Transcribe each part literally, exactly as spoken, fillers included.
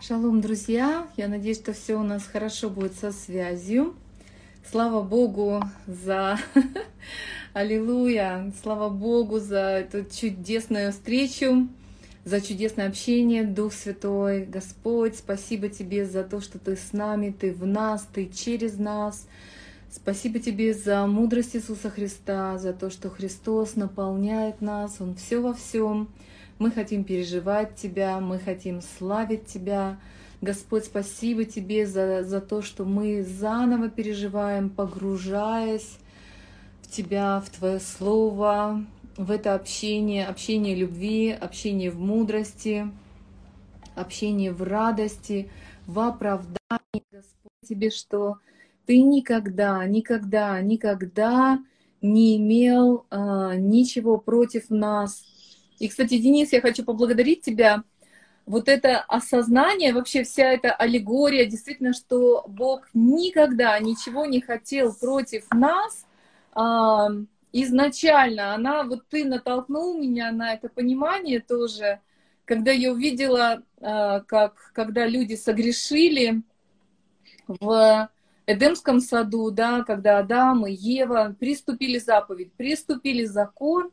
Шалом, друзья! Я надеюсь, что все у нас хорошо будет со связью. Слава Богу за... Аллилуйя! Слава Богу за эту чудесную встречу, за чудесное общение. Дух Святой, Господь, спасибо Тебе за то, что Ты с нами, Ты в нас, Ты через нас. Спасибо Тебе за мудрость Иисуса Христа, за то, что Христос наполняет нас, Он все во всем. Мы хотим переживать Тебя, мы хотим славить Тебя. Господь, спасибо Тебе за, за то, что мы заново переживаем, погружаясь в Тебя, в Твое Слово, в это общение, общение любви, общение в мудрости, общение в радости, в оправдании. Господь, Тебе, что Ты никогда, никогда, никогда не имел а, ничего против нас. И, кстати, Денис, я хочу поблагодарить тебя. Вот это осознание, вообще вся эта аллегория, действительно, что Бог никогда ничего не хотел против нас а, изначально. Она, вот ты натолкнул меня на это понимание тоже, когда я увидела, а, как, когда люди согрешили в Эдемском саду, да, когда Адам и Ева приступили заповедь, приступили закон,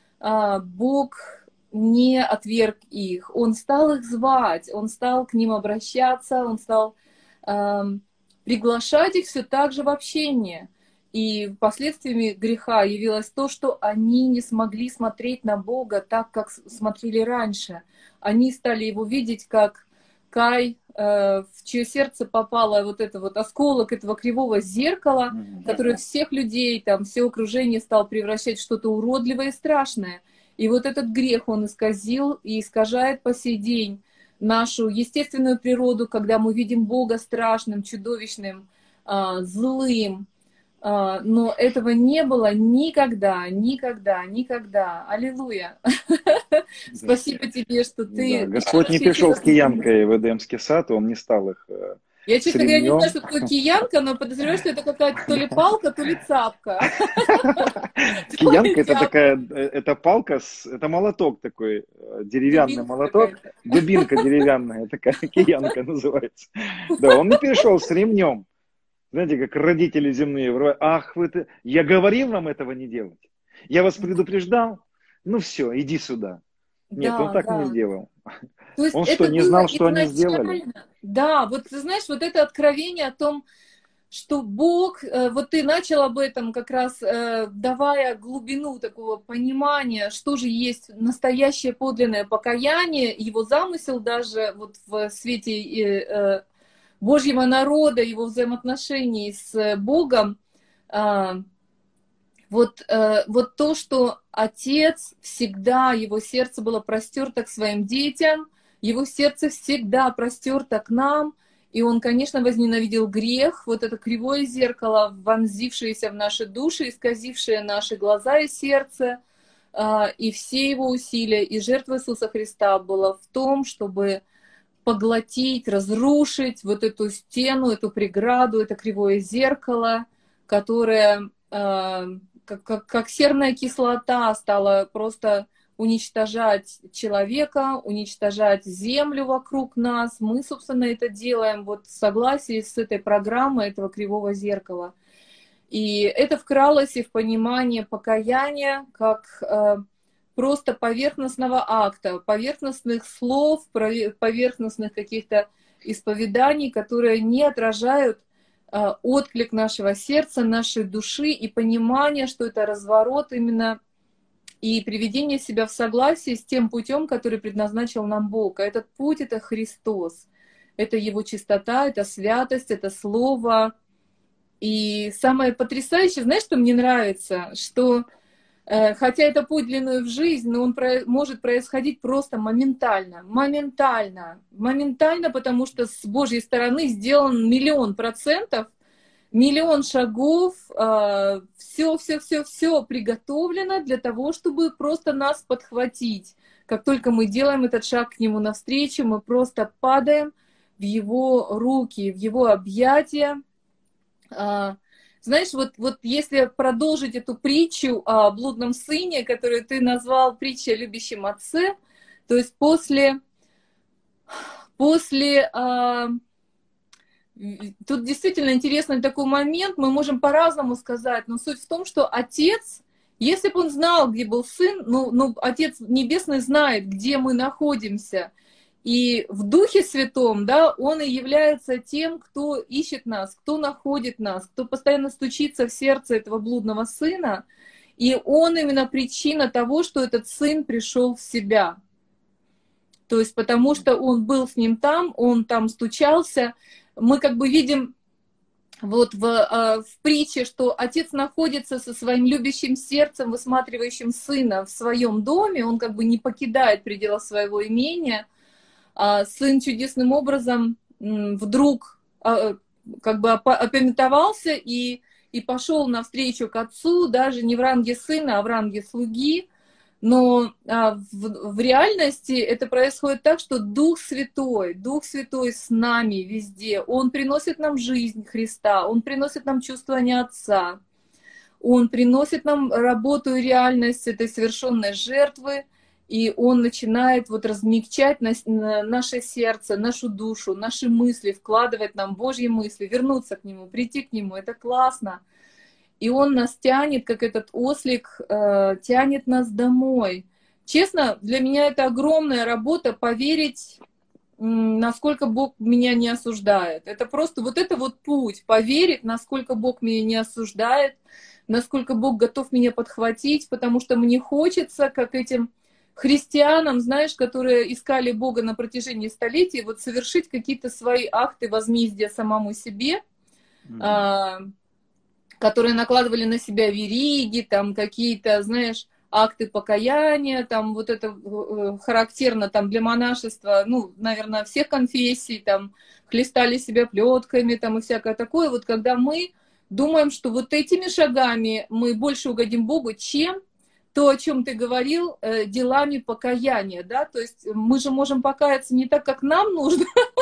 Бог не отверг их, Он стал их звать, Он стал к ним обращаться, Он стал э, приглашать их все так же в общение. И последствиями греха явилось то, что они не смогли смотреть на Бога так, как смотрели раньше. Они стали Его видеть как Кай, э, в чье сердце попало вот это вот осколок этого кривого зеркала, который всех людей, там, все окружение стал превращать в что-то уродливое и страшное. И вот этот грех, он исказил и искажает по сей день нашу естественную природу, когда мы видим Бога страшным, чудовищным, э, злым. Uh, но этого не было никогда, никогда, никогда. Аллилуйя. Спасибо тебе, что ты... Да, Господь не пришел с киянкой в Эдемский сад, Он не стал их э, Я, честно говоря, не знаю, что такое киянка, но подозреваю, что это какая-то то ли палка, то ли цапка. Киянка — это такая, это палка, это молоток такой, деревянный молоток, дубинка деревянная, такая киянка называется. Да, Он не пришел с ремнем. Знаете, как родители земные, ах, вы, я говорил вам этого не делать. Я вас предупреждал. Ну все, иди сюда. Нет, да, Он так да. не сделал. То есть Он это что, не знал, что они сделали? Да, вот ты знаешь, вот это откровение о том, что Бог, вот ты начал об этом как раз, давая глубину такого понимания, что же есть настоящее подлинное покаяние, его замысел даже вот в свете Божьего народа, его взаимоотношений с Богом, вот, вот то, что Отец всегда, его сердце было простерто к своим детям, его сердце всегда простерто к нам, и он, конечно, возненавидел грех, вот это кривое зеркало, вонзившееся в наши души, исказившее наши глаза и сердце, и все его усилия, и жертва Иисуса Христа была в том, чтобы поглотить, разрушить вот эту стену, эту преграду, это кривое зеркало, которое, э, как, как, как серная кислота, стало просто уничтожать человека, уничтожать землю вокруг нас. Мы, собственно, это делаем вот в согласии с этой программой этого кривого зеркала. И это вкралось и в понимание покаяния, как... Э, просто поверхностного акта, поверхностных слов, поверхностных каких-то исповеданий, которые не отражают э, отклик нашего сердца, нашей души и понимание, что это разворот именно и приведение себя в согласие с тем путем, который предназначил нам Бог. А этот путь — это Христос. Это Его чистота, это святость, это Слово. И самое потрясающее, знаешь, что мне нравится? Что хотя это путь длиною в жизнь, но он про- может происходить просто моментально, моментально, моментально, потому что с Божьей стороны сделан миллион процентов, миллион шагов, все, все, все, все приготовлено для того, чтобы просто нас подхватить. Как только мы делаем этот шаг к Нему навстречу, мы просто падаем в Его руки, в Его объятия. Знаешь, вот, вот если продолжить эту притчу о блудном сыне, которую ты назвал притчей о любящем отце, то есть после, после... А, тут действительно интересный такой момент, мы можем по-разному сказать, но суть в том, что отец, если бы он знал, где был сын, ну, ну, Отец Небесный знает, где мы находимся, и в Духе Святом, да, он и является тем, кто ищет нас, кто находит нас, кто постоянно стучится в сердце этого блудного сына, и он именно причина того, что этот сын пришел в себя. То есть потому что он был с ним там, он там стучался. Мы как бы видим вот в, в притче, что отец находится со своим любящим сердцем, высматривающим сына в своем доме, он как бы не покидает пределы своего имения. А сын чудесным образом вдруг как бы опамятовался и, и пошел навстречу к отцу, даже не в ранге сына, а в ранге слуги. Но а, в, в реальности это происходит так, что Дух Святой, Дух Святой с нами везде. Он приносит нам жизнь Христа, Он приносит нам чувствование Отца, Он приносит нам работу и реальность этой совершенной жертвы, и Он начинает вот размягчать наше сердце, нашу душу, наши мысли, вкладывать нам Божьи мысли, вернуться к Нему, прийти к Нему. Это классно. И он нас тянет, как этот ослик, э, тянет нас домой. Честно, для меня это огромная работа поверить, насколько Бог меня не осуждает. Это просто вот это вот путь, поверить, насколько Бог меня не осуждает, насколько Бог готов меня подхватить, потому что мне хочется, как этим христианам, знаешь, которые искали Бога на протяжении столетий, вот совершить какие-то свои акты возмездия самому себе, mm-hmm. которые накладывали на себя вериги, там какие-то, знаешь, акты покаяния, там вот это характерно там для монашества, ну, наверное, всех конфессий, там хлестали себя плетками, там и всякое такое. Вот когда мы думаем, что вот этими шагами мы больше угодим Богу, чем то, о чем ты говорил, делами покаяния, да, то есть мы же можем покаяться не так, как нам нужно,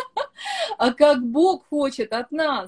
а как Бог хочет от нас.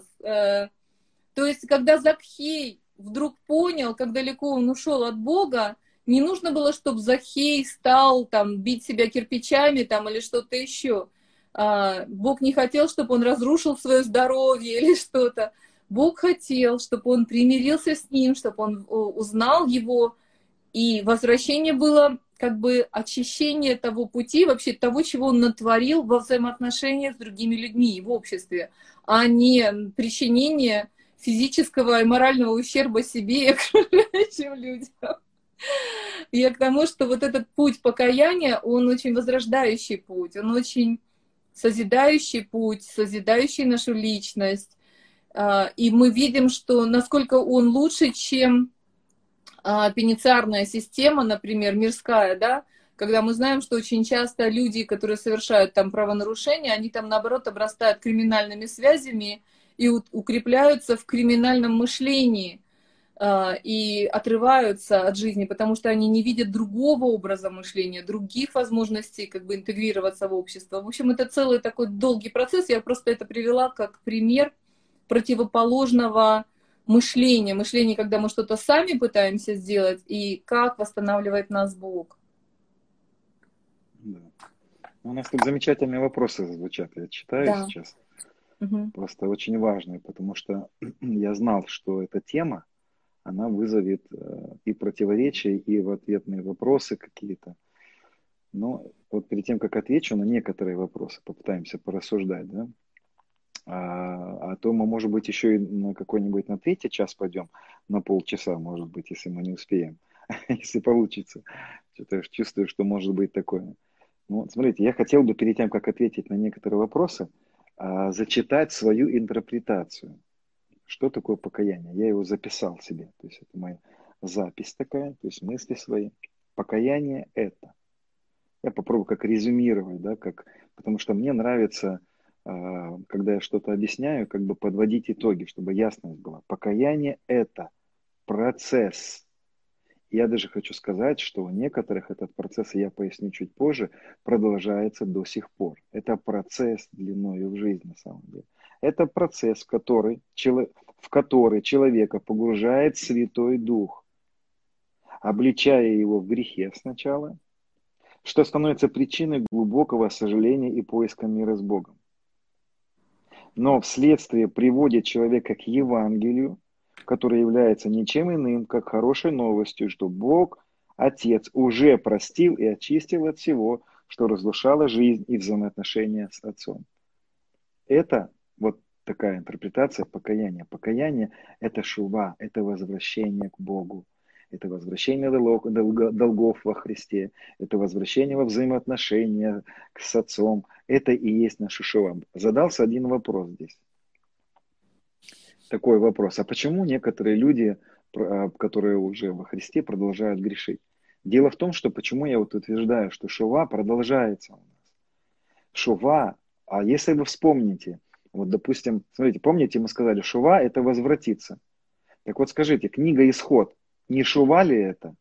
То есть, когда Закхей вдруг понял, как далеко он ушел от Бога, не нужно было, чтобы Закхей стал там, бить себя кирпичами там, или что-то еще. Бог не хотел, чтобы он разрушил свое здоровье или что-то. Бог хотел, чтобы он примирился с ним, чтобы он узнал его. И возвращение было как бы очищение того пути, вообще того, чего он натворил во взаимоотношениях с другими людьми в обществе, а не причинение физического и морального ущерба себе и окружающим людям. Я к тому, что вот этот путь покаяния, он очень возрождающий путь, он очень созидающий путь, созидающий нашу личность. И мы видим, что насколько он лучше, чем пенитенциарная система, например, мирская, да, когда мы знаем, что очень часто люди, которые совершают там правонарушения, они там, наоборот, обрастают криминальными связями и укрепляются в криминальном мышлении э, и отрываются от жизни, потому что они не видят другого образа мышления, других возможностей как бы интегрироваться в общество. В общем, это целый такой долгий процесс. Я просто это привела как пример противоположного мышления. Мышление, когда мы что-то сами пытаемся сделать, и как восстанавливает нас Бог. Да. У нас тут замечательные вопросы звучат, я читаю да. сейчас. Угу. Просто очень важные, потому что я знал, что эта тема, она вызовет и противоречия, и в ответные вопросы какие-то. Но вот перед тем, как отвечу на некоторые вопросы, попытаемся порассуждать, да? А, а то мы, может быть, еще и на какой-нибудь на третий час пойдем, на полчаса, может быть, если мы не успеем, если получится. Что-то я чувствую, что может быть такое. Ну, смотрите, я хотел бы перед тем, как ответить на некоторые вопросы, зачитать свою интерпретацию. Что такое покаяние? Я его записал себе. То есть это моя запись такая, то есть мысли свои. Покаяние это. Я попробую как резюмировать, да, как, потому что мне нравится, когда я что-то объясняю, как бы подводить итоги, чтобы ясность была. Покаяние это процесс. Я даже хочу сказать, что у некоторых этот процесс, и я поясню чуть позже, продолжается до сих пор. Это процесс длиною в жизнь на самом деле. Это процесс, в который, в который человека погружает Святой Дух, обличая его в грехе сначала, что становится причиной глубокого сожаления и поиска мира с Богом. Но вследствие приводит человека к Евангелию, которое является ничем иным, как хорошей новостью, что Бог, Отец, уже простил и очистил от всего, что разрушало жизнь и взаимоотношения с Отцом. Это вот такая интерпретация покаяния. Покаяние – это шува, это возвращение к Богу. Это возвращение долгов во Христе, это возвращение во взаимоотношения с Отцом. Это и есть наша шува. Задался один вопрос здесь. Такой вопрос. А почему некоторые люди, которые уже во Христе, продолжают грешить? Дело в том, что почему я вот утверждаю, что шува продолжается у нас. Шува, а если вы вспомните, вот допустим, смотрите, помните, мы сказали, шува – это возвратиться. Так вот скажите, книга «Исход», не шува ли это?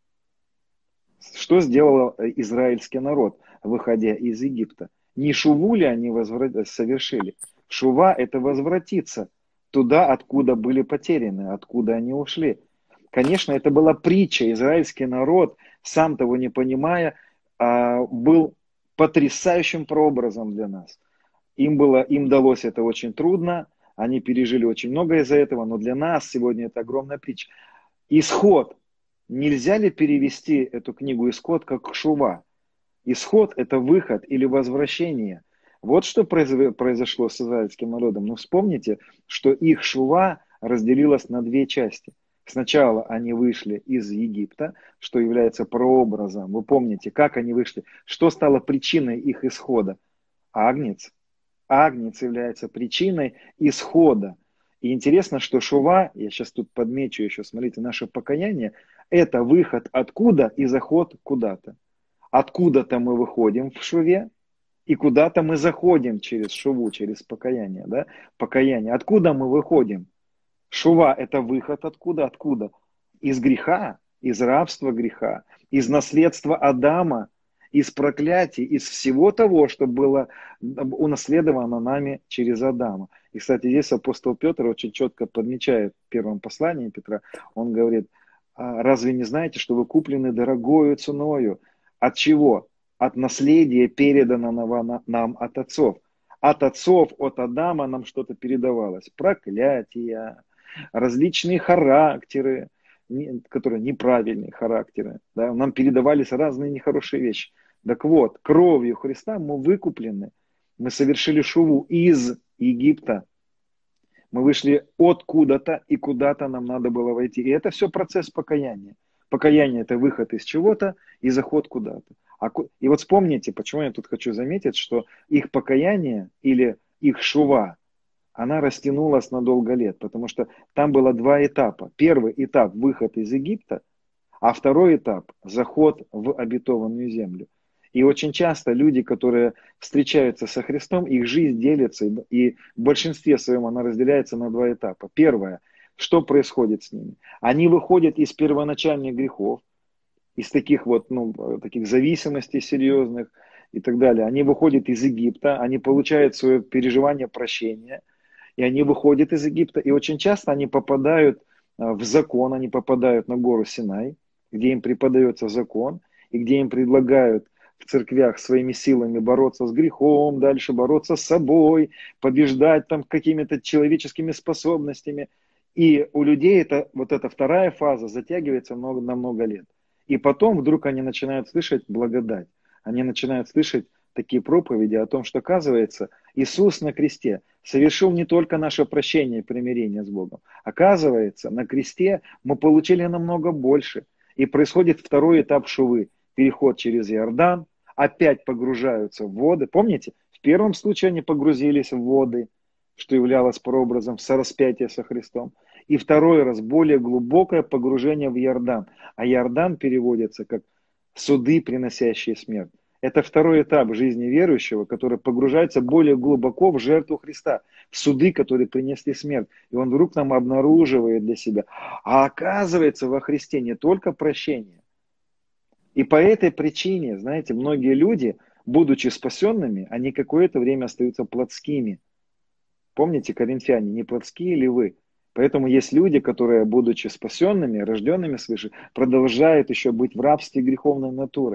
Что сделал израильский народ, выходя из Египта? Не шуву ли они возврат... совершили? Шува – это возвратиться туда, откуда были потеряны, откуда они ушли. Конечно, это была притча. Израильский народ, сам того не понимая, был потрясающим прообразом для нас. Им, было, им далось это очень трудно, они пережили очень много из-за этого, но для нас сегодня это огромная притча. Исход. Нельзя ли перевести эту книгу «Исход» как шува? Исход – это выход или возвращение. Вот что произошло с израильским народом. Ну, вспомните, что их шува разделилась на две части. Сначала они вышли из Египта, что является прообразом. Вы помните, как они вышли? Что стало причиной их исхода? Агнец. Агнец является причиной исхода. И интересно, что шува, я сейчас тут подмечу еще, смотрите, наше покаяние, это выход откуда и заход куда-то. Откуда-то мы выходим в шуве, и куда-то мы заходим через шуву, через покаяние. Да? Покаяние. Откуда мы выходим? Шува – это выход откуда? Откуда? Из греха, из рабства греха, из наследства Адама, из проклятий, из всего того, что было унаследовано нами через Адама. И, кстати, здесь апостол Петр очень четко подмечает в первом послании Петра, он говорит, разве не знаете, что вы куплены дорогою ценою? От чего? От наследия, переданного нам от отцов. От отцов, от Адама нам что-то передавалось. Проклятия, различные характеры, которые неправильные характеры. Да? Нам передавались разные нехорошие вещи. Так вот, кровью Христа мы выкуплены. Мы совершили шуву из Египта. Мы вышли откуда-то и куда-то нам надо было войти. И это все процесс покаяния. Покаяние – это выход из чего-то и заход куда-то. И вот вспомните, почему я тут хочу заметить, что их покаяние или их шува, она растянулась на долго лет, потому что там было два этапа. Первый этап – выход из Египта, а второй этап – заход в обетованную землю. И очень часто люди, которые встречаются со Христом, их жизнь делится, и в большинстве своем она разделяется на два этапа. Первое – что происходит с ними? Они выходят из первоначальных грехов, из таких вот, ну, таких зависимостей серьезных и так далее. Они выходят из Египта, они получают свое переживание прощения, и они выходят из Египта, и очень часто они попадают в закон, они попадают на гору Синай, где им преподается закон, и где им предлагают в церквях своими силами бороться с грехом, дальше бороться с собой, побеждать там какими-то человеческими способностями. И у людей это, вот эта вторая фаза затягивается много, на много лет. И потом вдруг они начинают слышать благодать. Они начинают слышать такие проповеди о том, что, оказывается, Иисус на кресте совершил не только наше прощение и примирение с Богом. Оказывается, на кресте мы получили намного больше. И происходит второй этап шувы. Переход через Иордан, опять погружаются в воды. Помните, в первом случае они погрузились в воды, что являлось прообразом сораспятия со Христом. И второй раз более глубокое погружение в Иордан. А Иордан переводится как суды, приносящие смерть. Это второй этап жизни верующего, который погружается более глубоко в жертву Христа, в суды, которые принесли смерть. И он вдруг нам обнаруживает для себя. А оказывается, во Христе не только прощение. И по этой причине, знаете, многие люди, будучи спасенными, они какое-то время остаются плотскими. Помните, коринфяне, не плотские ли вы? Поэтому есть люди, которые, будучи спасенными, рожденными свыше, продолжают еще быть в рабстве греховной натуры.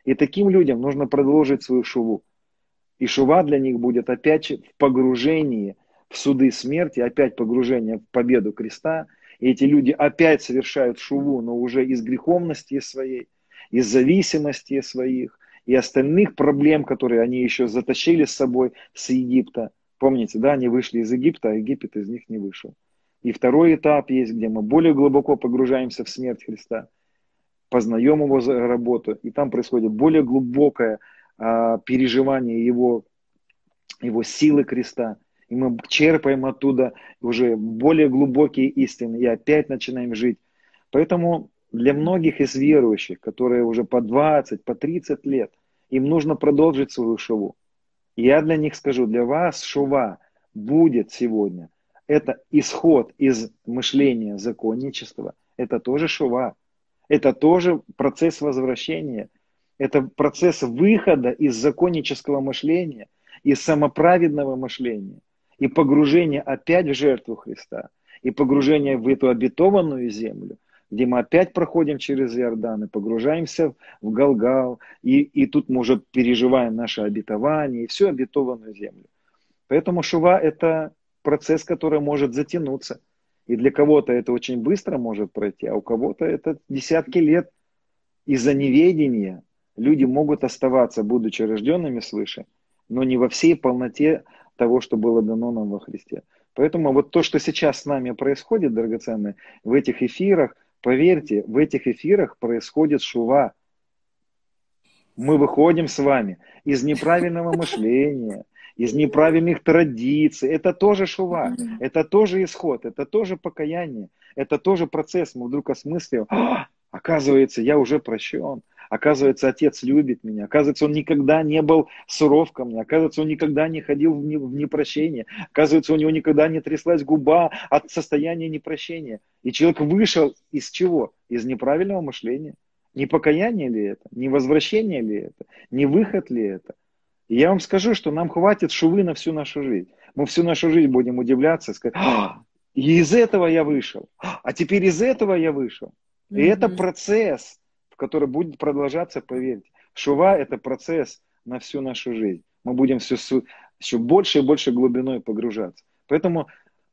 И таким людям нужно продолжить свою шуву. И шува для них будет опять в погружении в суды смерти, опять погружение в победу креста. И эти люди опять совершают шуву, но уже из греховности своей, из зависимости своих и остальных проблем, которые они еще затащили с собой с Египта. Помните, да, они вышли из Египта, а Египет из них не вышел. И второй этап есть, где мы более глубоко погружаемся в смерть Христа, познаем его работу, и там происходит более глубокое а, переживание его, его силы креста. И мы черпаем оттуда уже более глубокие истины и опять начинаем жить. Поэтому для многих из верующих, которые уже по двадцать, по тридцать лет, им нужно продолжить свою шуву. Я для них скажу, для вас шува будет сегодня. Это исход из мышления законничества. Это тоже шува. Это тоже процесс возвращения. Это процесс выхода из законнического мышления, из самоправедного мышления. И погружение опять в жертву Христа. И погружение в эту обетованную землю, где мы опять проходим через Иордан и погружаемся в Галгал. И, и тут мы уже переживаем наше обетование и всю обетованную землю. Поэтому шува – это процесс, который может затянуться. И для кого-то это очень быстро может пройти, а у кого-то это десятки лет. Из-за неведения люди могут оставаться, будучи рожденными свыше, но не во всей полноте того, что было дано нам во Христе. Поэтому вот то, что сейчас с нами происходит, драгоценные, в этих эфирах, поверьте, в этих эфирах происходит шува. Мы выходим с вами из неправильного мышления, из неправильных традиций. Это тоже шува, это тоже исход, это тоже покаяние, это тоже процесс. Мы вдруг осмыслим, а, оказывается, я уже прощен. Оказывается, Отец любит меня. Оказывается, Он никогда не был суров ко мне. Оказывается, Он никогда не ходил в непрощение. Оказывается, у него никогда не тряслась губа от состояния непрощения. И человек вышел из чего? Из неправильного мышления. Не покаяние ли это? Не возвращение ли это? Не выход ли это? И я вам скажу, что нам хватит шувы на всю нашу жизнь. Мы всю нашу жизнь будем удивляться, сказать, а, и из этого я вышел. А теперь из этого я вышел. И mm-hmm. это процесс, который будет продолжаться, поверьте. Шува – это процесс на всю нашу жизнь. Мы будем все, еще больше и больше глубиной погружаться. Поэтому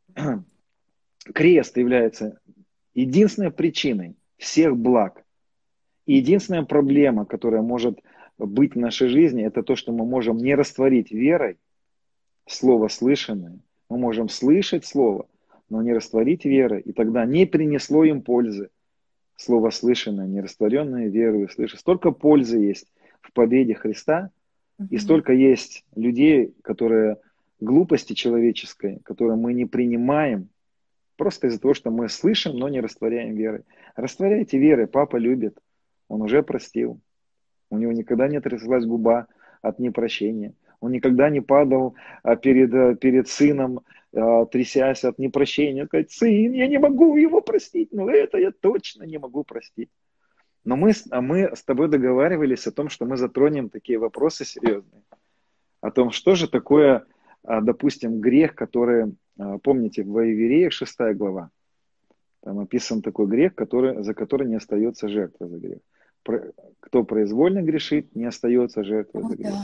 крест является единственной причиной всех благ. И единственная проблема, которая может быть в нашей жизни, это то, что мы можем не растворить верой слово слышанное. Мы можем слышать слово, но не растворить верой. И тогда не принесло им пользы. Слово слышанное, нерастворенное верою слышать. Столько пользы есть в победе Христа, uh-huh. и столько есть людей, которые глупости человеческой, которые мы не принимаем, просто из-за того, что мы слышим, но не растворяем верой. Растворяйте верой, Папа любит, Он уже простил. У Него никогда не тряслась губа от непрощения. Он никогда не падал перед, перед сыном, трясясь от непрощения, сказать, сын, я не могу его простить, но это я точно не могу простить. Но мы, а мы с тобой договаривались о том, что мы затронем такие вопросы серьезные. О том, что же такое, допустим, грех, который, помните, в Иереях шестая глава, там описан такой грех, который, за который не остается жертва за грех. Кто произвольно грешит, не остается жертва за грех.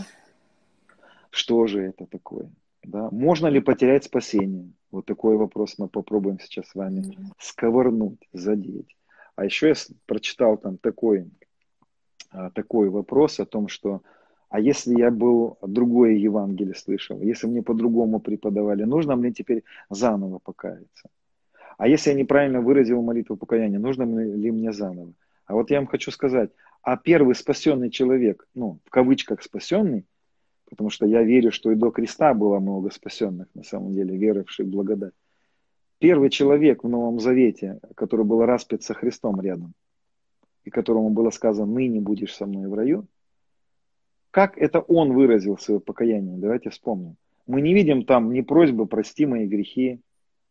Что же это такое? Да? Можно ли потерять спасение? Вот такой вопрос мы попробуем сейчас с вами сковырнуть, задеть. А еще я прочитал там такой, такой вопрос о том, что а если я был другое Евангелие слышал, если мне по-другому преподавали, нужно мне теперь заново покаяться? А если я неправильно выразил молитву покаяния, нужно ли мне заново? А вот я вам хочу сказать, а первый спасенный человек, ну, в кавычках спасенный, потому что я верю, что и до креста было много спасенных, на самом деле, веровавших в благодать. Первый человек в Новом Завете, который был распят со Христом рядом, и которому было сказано, ныне будешь со мной в раю, как это он выразил свое покаяние? Давайте вспомним. Мы не видим там ни просьбы «прости мои грехи»,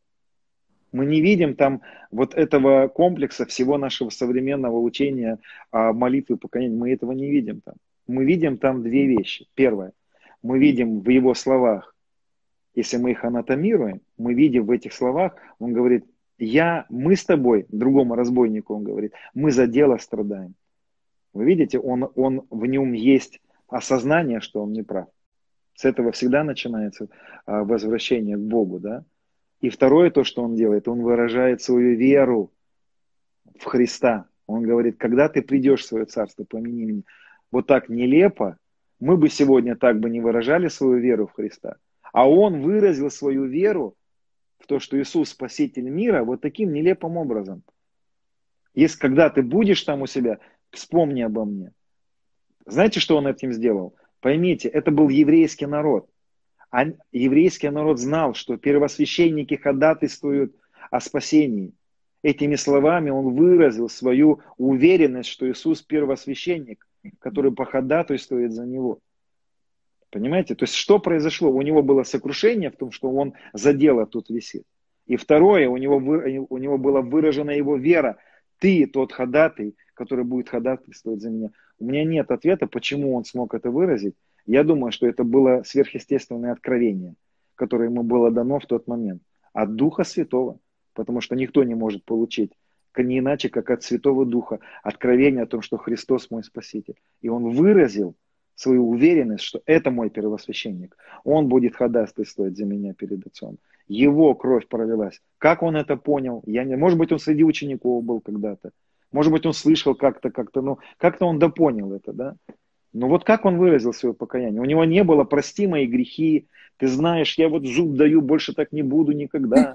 мы не видим там вот этого комплекса всего нашего современного учения молитвы покаяния, мы этого не видим там. Мы видим там две вещи. Первое. Мы видим в его словах, если мы их анатомируем, мы видим в этих словах, он говорит, я, мы с тобой, другому разбойнику он говорит, мы за дело страдаем. Вы видите, он, он, в нем есть осознание, что он не прав. С этого всегда начинается а, возвращение к Богу, да? И второе, то, что он делает, он выражает свою веру в Христа. Он говорит, когда ты придешь в свое царство, помяни меня. Вот так нелепо, мы бы сегодня так бы не выражали свою веру в Христа. А он выразил свою веру в то, что Иисус Спаситель мира, вот таким нелепым образом. Если когда ты будешь там у себя, вспомни обо мне. Знаете, что он этим сделал? Поймите, это был еврейский народ. А еврейский народ знал, что первосвященники ходатайствуют о спасении. Этими словами он выразил свою уверенность, что Иисус первосвященник, который походатайствует за него. Понимаете? То есть что произошло? У него было сокрушение в том, что он за дело тут висит. И второе, у него, у него была выражена его вера. Ты тот ходатай, который будет ходатайствовать за меня. У меня нет ответа, почему он смог это выразить. Я думаю, что это было сверхъестественное откровение, которое ему было дано в тот момент. От Духа Святого. Потому что никто не может получить не иначе, как от Святого Духа, откровение о том, что Христос мой Спаситель. И он выразил свою уверенность, что это мой первосвященник. Он будет ходатайствовать за меня перед Отцом. Его кровь пролилась. Как он это понял? Я не... Может быть, он среди учеников был когда-то. Может быть, он слышал как-то, как-то, ну, как-то он допонял это, да? Но вот как он выразил свое покаяние? У него не было «прости мои грехи», ты знаешь, я вот зуб даю, больше так не буду никогда.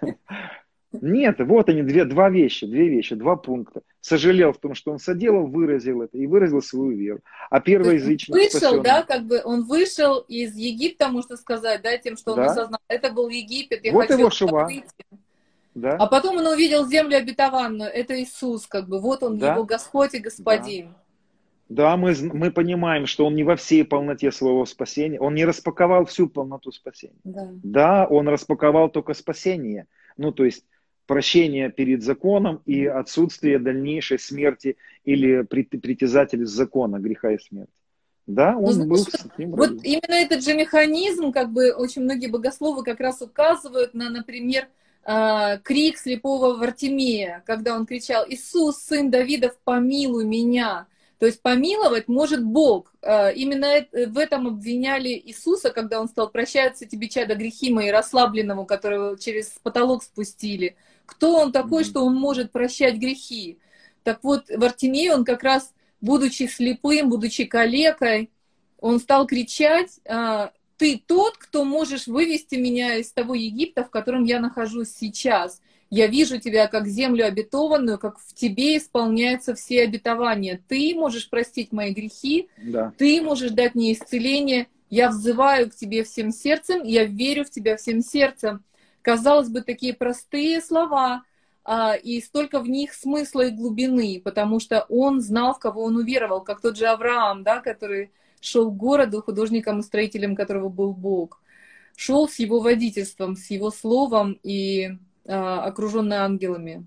Нет, вот они, две, два вещи, две вещи, два пункта. Сожалел в том, что он соделал, выразил это и выразил свою веру. А первоязычник вышел, спасенный, да, как бы он вышел из Египта, можно сказать, да, тем, что он да? осознал, это был Египет, я Вот хочу его шува, выйти. да? А потом он увидел землю обетованную, это Иисус, как бы, вот он, Да? его Господь и Господин. Да, мы, мы понимаем, что он не во всей полноте своего спасения, он не распаковал всю полноту спасения. Да. Да, он распаковал только спасение, ну то есть прощение перед законом и отсутствие дальнейшей смерти или притязатель закона, греха и смерти. Да, он ну, был знаешь, с ним. Вот именно этот же механизм, как бы очень многие богословы как раз указывают на, например, крик слепого Вартимея, когда он кричал: «Иисус, сын Давидов, помилуй меня». То есть помиловать может Бог. Именно в этом обвиняли Иисуса, когда он сказал: «Прощаются тебе, чадо, грехи мои, расслабленному, которого через потолок спустили». Кто он такой, mm-hmm. что он может прощать грехи? Так вот, Вартимей, он как раз, будучи слепым, будучи калекой, он стал кричать: «Ты тот, кто можешь вывести меня из того Египта, в котором я нахожусь сейчас. Я вижу тебя как землю обетованную, как в тебе исполняются все обетования. Ты можешь простить мои грехи, да. Ты можешь дать мне исцеление. Я взываю к тебе всем сердцем, я верю в тебя всем сердцем». Казалось бы, такие простые слова, а, и столько в них смысла и глубины, потому что он знал, в кого он уверовал, как тот же Авраам, да, который шел к городу, художником и строителем которого был Бог. Шел с его водительством, с его словом и а, окруженный ангелами.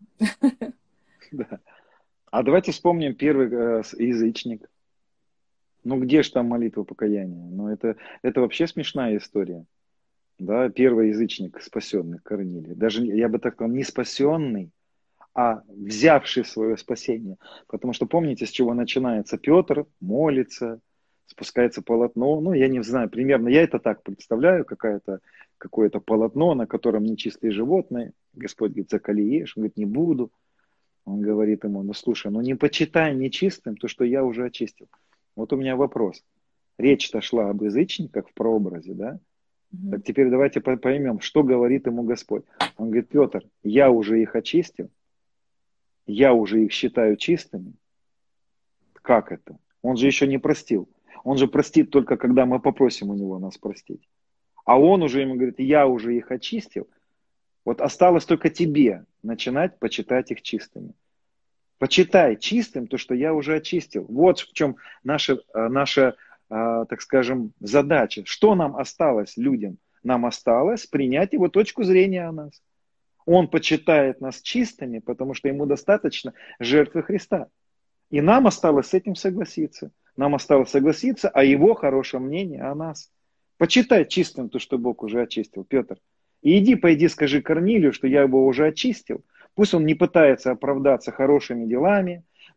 Да. А давайте вспомним первый э, язычник. Ну где же там молитва покаяния? Ну это, это вообще смешная история. Да, первый язычник спасенный, Корнилий. Даже, я бы так сказал, не спасенный, а взявший свое спасение. Потому что помните, с чего начинается? Петр молится, спускается полотно. Ну, я не знаю, примерно, я это так представляю, какое-то, какое-то полотно, на котором нечистые животные. Господь говорит: закали ешь. Он говорит: не буду. Он говорит ему: ну слушай, ну не почитай нечистым то, что я уже очистил. Вот у меня вопрос. Речь-то шла об язычниках в прообразе, да? Так теперь давайте поймем, что говорит ему Господь. Он говорит: Петр, я уже их очистил, я уже их считаю чистыми. Как это? Он же еще не простил. Он же простит только, когда мы попросим у него нас простить. А он уже ему говорит: я уже их очистил. Вот осталось только тебе начинать почитать их чистыми. Почитай чистым то, что я уже очистил. Вот в чем наша, наша так скажем, задача. Что нам осталось, людям? Нам осталось принять его точку зрения о нас. Он почитает нас чистыми, потому что ему достаточно жертвы Христа. И нам осталось с этим согласиться. Нам осталось согласиться о его хорошем мнении о нас. Почитай чистым то, что Бог уже очистил, Петр. И иди, пойди, скажи Корнилию, что я его уже очистил. Пусть он не пытается оправдаться хорошими делами,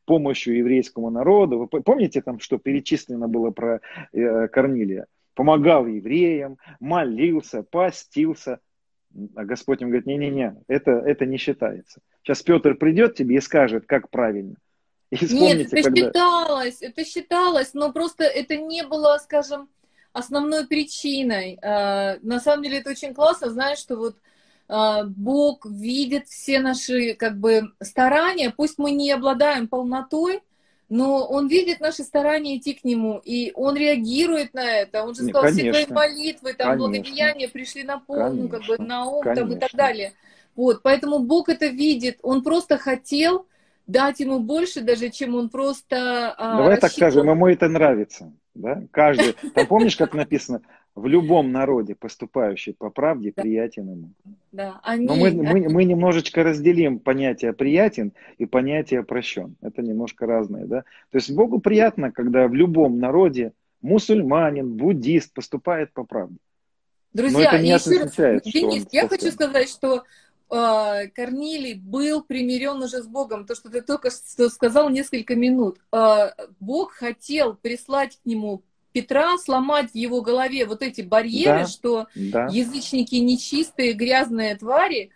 помощью еврейскому народу. Вы помните там, что перечислено было про э, Корнилия? Помогал евреям, молился, постился. А Господь ему говорит, не-не-не, это, это не считается. Сейчас Петр придет тебе и скажет, как правильно. И Нет, вспомните, это когда... считалось, это считалось, но просто это не было, скажем, основной причиной. А, на самом деле это очень классно, знаешь, что вот а, Бог видит все наши как бы старания, пусть мы не обладаем полнотой, но Он видит наши старания идти к Нему, и Он реагирует на это. Он же Не, сказал, все твои конечно, молитвы, там, конечно, благодеяния пришли на пол, ну, как бы конечно, на ум, там, и так конечно. далее. Вот, поэтому Бог это видит, Он просто хотел дать ему больше, даже чем он просто а, Давай так скажем, рассчитывал. ему это нравится. Да? Каждый, там помнишь, как написано, в любом народе, поступающий по правде, Да, приятен ему. да, Но мы, аминь, мы, аминь. мы немножечко разделим понятие приятен и понятие прощен. Это немножко разные. Да? То есть Богу приятно, когда в любом народе мусульманин, буддист поступает по правде. Но Друзья, это и не еще раз, означает, что Денис, он я хочу спасен. сказать, что э, Корнилий был примирен уже с Богом, то, что ты только что сказал несколько минут. Э, Бог хотел прислать к нему Петра, сломать в его голове вот эти барьеры, Да, что да. язычники нечистые, грязные твари,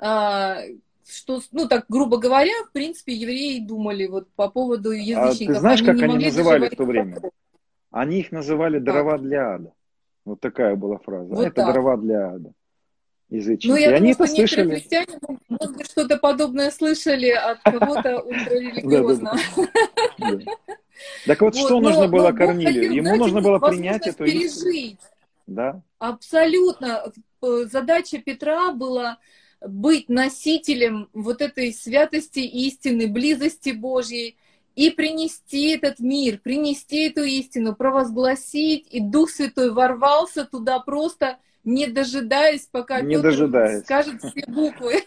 э, что, ну так грубо говоря, в принципе, евреи думали вот по поводу А ты язычников, знаешь, они как не они могли даже называли в войти то в время? Тору. Они их называли Как? дрова для ада. Вот такая была фраза. А Вот это так. дрова для ада. Ну, Язычники. И я они думаю, это что некоторые слышали. христиане, может быть, что-то подобное слышали от кого-то Да, да, да. ультрарелигиозно. Да. Так вот, Вот, что нужно но, было но Бог Корнилию? хотел Ему дать нужно ему было принять возможность эту истину. пережить. Да. Абсолютно. Э, Задача Петра была быть носителем вот этой святости истины, близости Божьей, и принести этот мир, принести эту истину, провозгласить, и Дух Святой ворвался туда просто, не дожидаясь, пока Не Петр дожидаясь. скажет все буквы.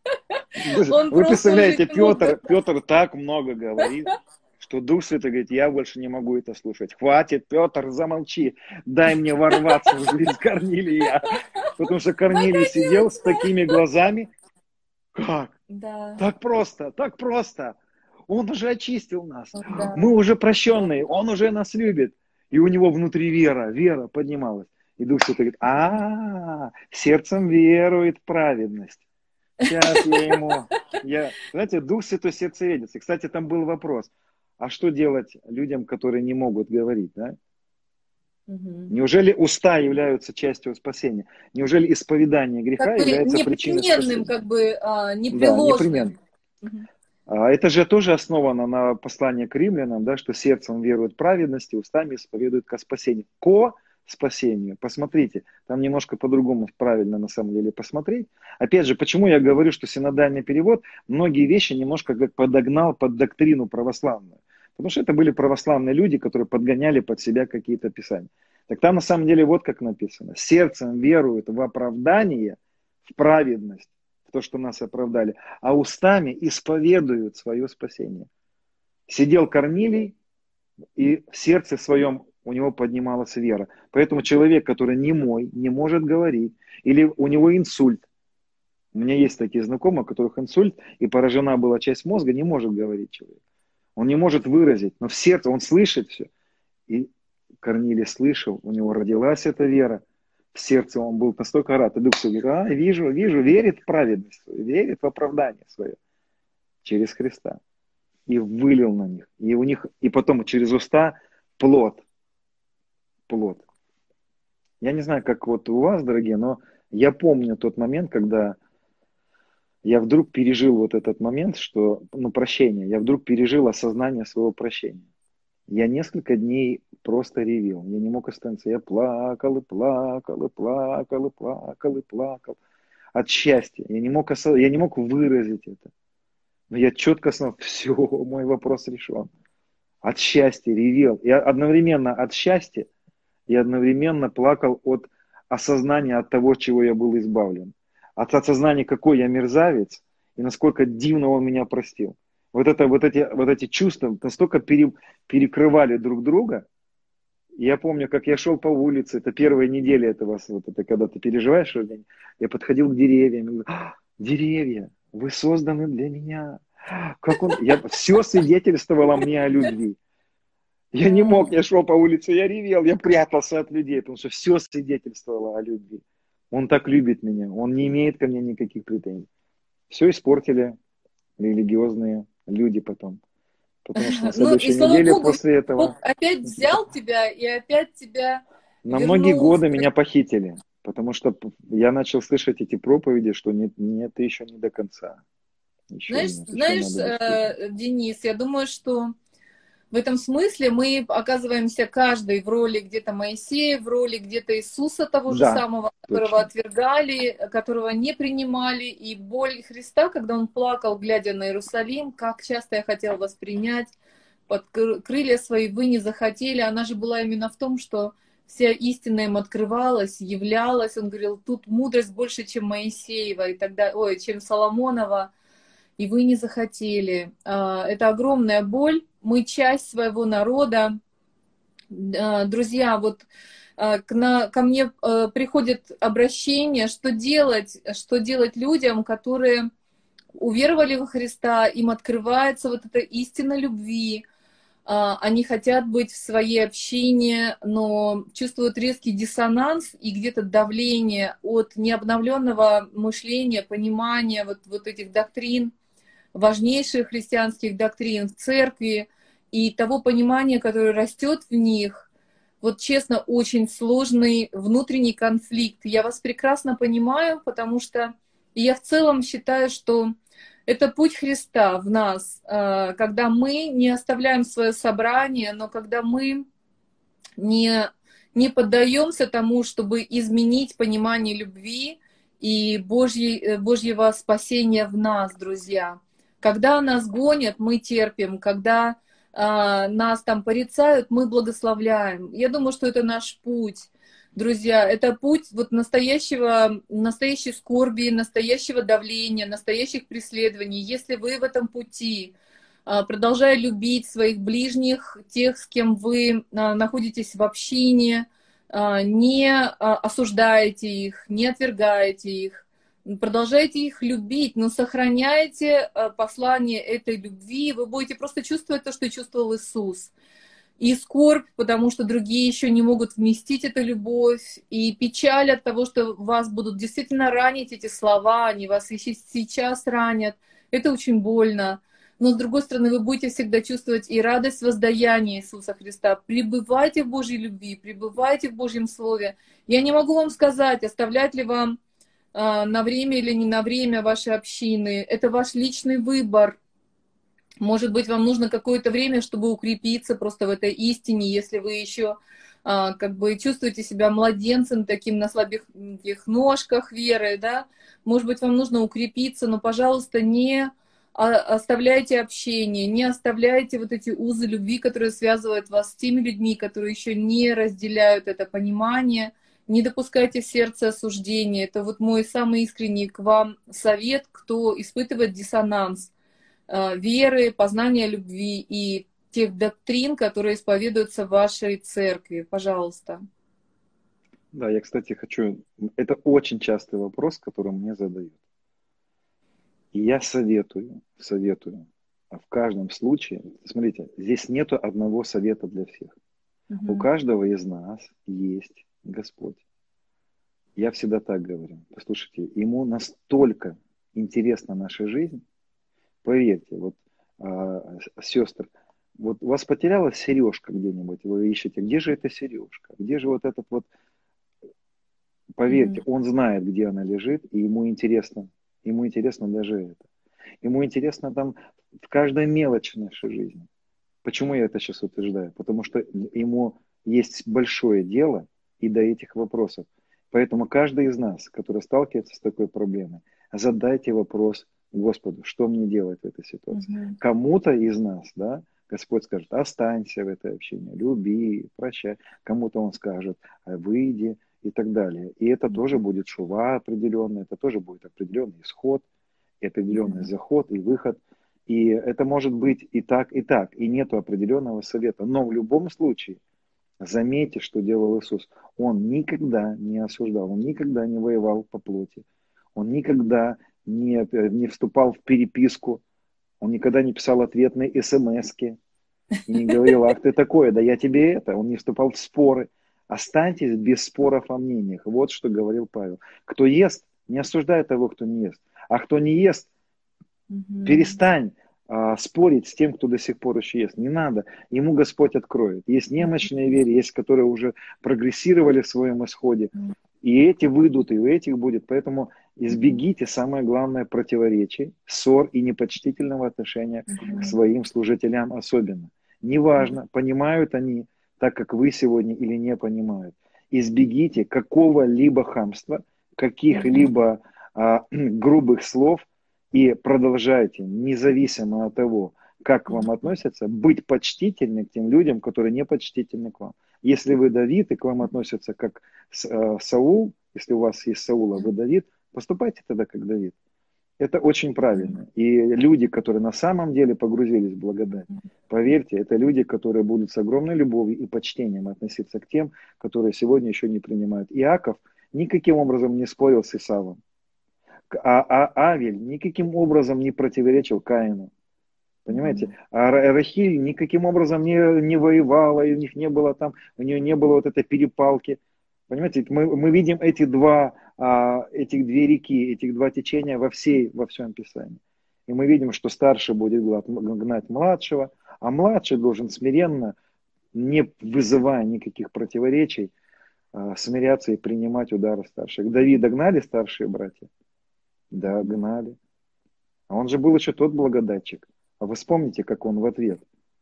Он Вы просто уже представляете, не мог Петр, дождаться. Петр так много говорит, что Дух Святой говорит, я больше не могу это слушать. Хватит, Петр, замолчи, дай мне ворваться в жизнь Корнилия. Потому что Корнилий сидел с такими глазами. Как? Да, Так просто, так просто. Он уже очистил нас. Мы да, уже да. прощенные, он уже нас любит. И у него внутри вера, вера поднималась. И Дух Святой говорит, а, сердцем верует в праведность. Сейчас я ему, я, знаете, Дух Святой сердцеведец. И, кстати, там был вопрос, а что делать людям, которые не могут говорить, да? Мгм. Неужели уста являются частью спасения? Неужели исповедание Как греха бы является причиной непременным, спасения? как бы а, Да, непременно. непреложным. Мгм. А это же тоже основано на послании к римлянам, да, что сердцем веруют в праведности, устами исповедуют ко спасению. Ко спасению. Посмотрите, там немножко по-другому правильно на самом деле посмотреть. Опять же, почему я говорю, что синодальный перевод многие вещи немножко как подогнал под доктрину православную. Потому что это были православные люди, которые подгоняли под себя какие-то писания. Так там на самом деле вот как написано. Сердцем веруют в оправдание, в праведность, в то, что нас оправдали, а устами исповедуют свое спасение. Сидел Корнилий, и в сердце своем у него поднималась вера. Поэтому человек, который немой, не может говорить, или у него инсульт. У меня есть такие знакомые, у которых инсульт, и поражена была часть мозга, не может говорить человек. Он не может выразить, но в сердце он слышит все. И Корнилий слышал, у него родилась эта вера. В сердце он был настолько рад. И Дух Святой говорит, а, вижу, вижу, верит в праведность свою, верит в оправдание свое через Христа. И вылил на них. И у них, и потом через уста плод. Плод. Я не знаю, как вот у вас, дорогие, но я помню тот момент, когда я вдруг пережил вот этот момент, что, ну, прощение. Я вдруг пережил осознание своего прощения. Я несколько дней просто ревел. Я не мог остановиться. Я плакал и плакал и плакал и плакал и плакал от счастья. Я не мог, осоз... я не мог выразить это. Но я четко знал, все, мой вопрос решен. От счастья ревел. Я одновременно от счастья и одновременно плакал от осознания от того, чего я был избавлен. От осознания, какой я мерзавец и насколько дивно он меня простил. Вот, это, вот, эти, вот эти чувства настолько пере, перекрывали друг друга. Я помню, как я шел по улице, это первая неделя этого, вот это когда ты переживаешь, я подходил к деревьям и говорю, а, деревья, вы созданы для меня. Как он, я, все свидетельствовало мне о любви. Я не мог, я шел по улице, я ревел, я прятался от людей, потому что все свидетельствовало о любви. Он так любит меня, он не имеет ко мне никаких претензий. Все испортили религиозные люди потом. Потому что на Ну и следующей слава неделе Богу, после этого Бог опять взял тебя и опять тебя на многие вернул. годы меня похитили. Потому что я начал слышать эти проповеди, что нет, нет, ты еще не до конца. Еще Знаешь, нет, еще знаешь, надо действительно. э, Денис, я думаю, что в этом смысле мы оказываемся каждый в роли где-то Моисея, в роли где-то Иисуса того же Да, самого, которого точно. отвергали, которого не принимали. И боль Христа, когда он плакал, глядя на Иерусалим, как часто я хотел вас принять, под крылья свои вы не захотели. Она же была именно в том, что вся истина им открывалась, являлась. Он говорил, тут мудрость больше, чем Моисеева, и тогда, ой, чем Соломонова, и вы не захотели. Это огромная боль. Мы часть своего народа. Друзья, вот к на, ко мне приходит обращение, что делать, что делать людям, которые уверовали во Христа, им открывается вот эта истина любви, они хотят быть в своей общине, но чувствуют резкий диссонанс и где-то давление от необновленного мышления, понимания вот, вот этих доктрин, важнейших христианских доктрин в церкви и того понимания, которое растет в них. Вот честно, очень сложный внутренний конфликт. Я вас прекрасно понимаю, потому что я в целом считаю, что это путь Христа в нас, когда мы не оставляем свое собрание, но когда мы не, не поддаемся тому, чтобы изменить понимание любви и Божьей, Божьего спасения в нас, друзья. Когда нас гонят, мы терпим. Когда а, нас там порицают, мы благословляем. Я думаю, что это наш путь. Друзья, это путь вот настоящего, настоящей скорби, настоящего давления, настоящих преследований. Если вы в этом пути, продолжая любить своих ближних, тех, с кем вы находитесь в общине, не осуждаете их, не отвергаете их, продолжайте их любить, но сохраняйте послание этой любви, вы будете просто чувствовать то, что чувствовал Иисус. И скорбь, потому что другие еще не могут вместить эту любовь, и печаль от того, что вас будут действительно ранить эти слова, они вас и сейчас ранят. Это очень больно. Но, с другой стороны, вы будете всегда чувствовать и радость воздаяния Иисуса Христа. Пребывайте в Божьей любви, пребывайте в Божьем Слове. Я не могу вам сказать, оставлять ли вам э, на время или не на время вашей общины. Это ваш личный выбор. Может быть, вам нужно какое-то время, чтобы укрепиться просто в этой истине, если вы еще а, как бы чувствуете себя младенцем таким на слабых ножках веры, да. Может быть, вам нужно укрепиться, но, пожалуйста, не оставляйте общение, не оставляйте вот эти узы любви, которые связывают вас с теми людьми, которые еще не разделяют это понимание. Не допускайте в сердце осуждения. Это вот мой самый искренний к вам совет, кто испытывает диссонанс веры, познания любви и тех доктрин, которые исповедуются в вашей церкви. Пожалуйста. Да, я, кстати, хочу... Это очень частый вопрос, который мне задают. И я советую, советую, в каждом случае, смотрите, здесь нету одного совета для всех. Угу. У каждого из нас есть Господь. Я всегда так говорю. Послушайте, ему настолько интересна наша жизнь. Поверьте, вот, а, сестры, вот у вас потерялась сережка где-нибудь, вы ищете, где же эта сережка, где же вот этот вот, поверьте, mm-hmm. он знает, где она лежит, и ему интересно, ему интересно даже это. Ему интересно там в каждой мелочи нашей жизни. Почему я это сейчас утверждаю? Потому что ему есть большое дело и до этих вопросов. Поэтому каждый из нас, который сталкивается с такой проблемой, задайте вопрос Господу, что мне делать в этой ситуации. Угу. Кому-то из нас, да, Господь скажет, останься в этой общине, люби, прощай. Кому-то Он скажет, выйди и так далее. И это угу. тоже будет шува определенный, это тоже будет определенный исход, и определенный угу. заход и выход. И это может быть и так, и так, и нету определенного совета. Но в любом случае, заметьте, что делал Иисус. Он никогда не осуждал, он никогда не воевал по плоти, он никогда не, не вступал в переписку Он никогда не писал ответные смски. И не говорил, ах ты такое, да я тебе это. Он не вступал в споры. Останьтесь без споров о мнениях. Вот что говорил Павел. Кто ест, не осуждай того, кто не ест. А кто не ест, Мгм. перестань а, спорить с тем, кто до сих пор еще ест. Не надо. Ему Господь откроет. Есть немощные веры, есть, которые уже прогрессировали в своем исходе. И эти выйдут, и у этих будет. Поэтому избегите, самое главное, противоречий, ссор и непочтительного отношения к своим служителям особенно. Неважно, понимают они так, как вы сегодня, или не понимают. Избегите какого-либо хамства, каких-либо а, грубых слов и продолжайте, независимо от того, как к вам относятся, быть почтительны к тем людям, которые не почтительны к вам. Если вы Давид, и к вам относятся как э, Саул, если у вас есть Саул, а вы Давид, поступайте тогда как Давид. Это очень правильно. И люди, которые на самом деле погрузились в благодать, поверьте, это люди, которые будут с огромной любовью и почтением относиться к тем, которые сегодня еще не принимают. Иаков никаким образом не спорил с Исавом. А, а Авель никаким образом не противоречил Каину. Понимаете? А Рахиль никаким образом не, не воевала, и у них не было там, у нее не было вот этой перепалки. Понимаете, мы, мы видим эти два, а, этих две реки, этих два течения во, всей, во всем Писании. И мы видим, что старший будет гнать младшего, а младший должен смиренно, не вызывая никаких противоречий, а, смиряться и принимать удары старших. Давида гнали старшие братья? Да, гнали. А он же был еще тот благодатчик. А вы вспомните, как он в ответ.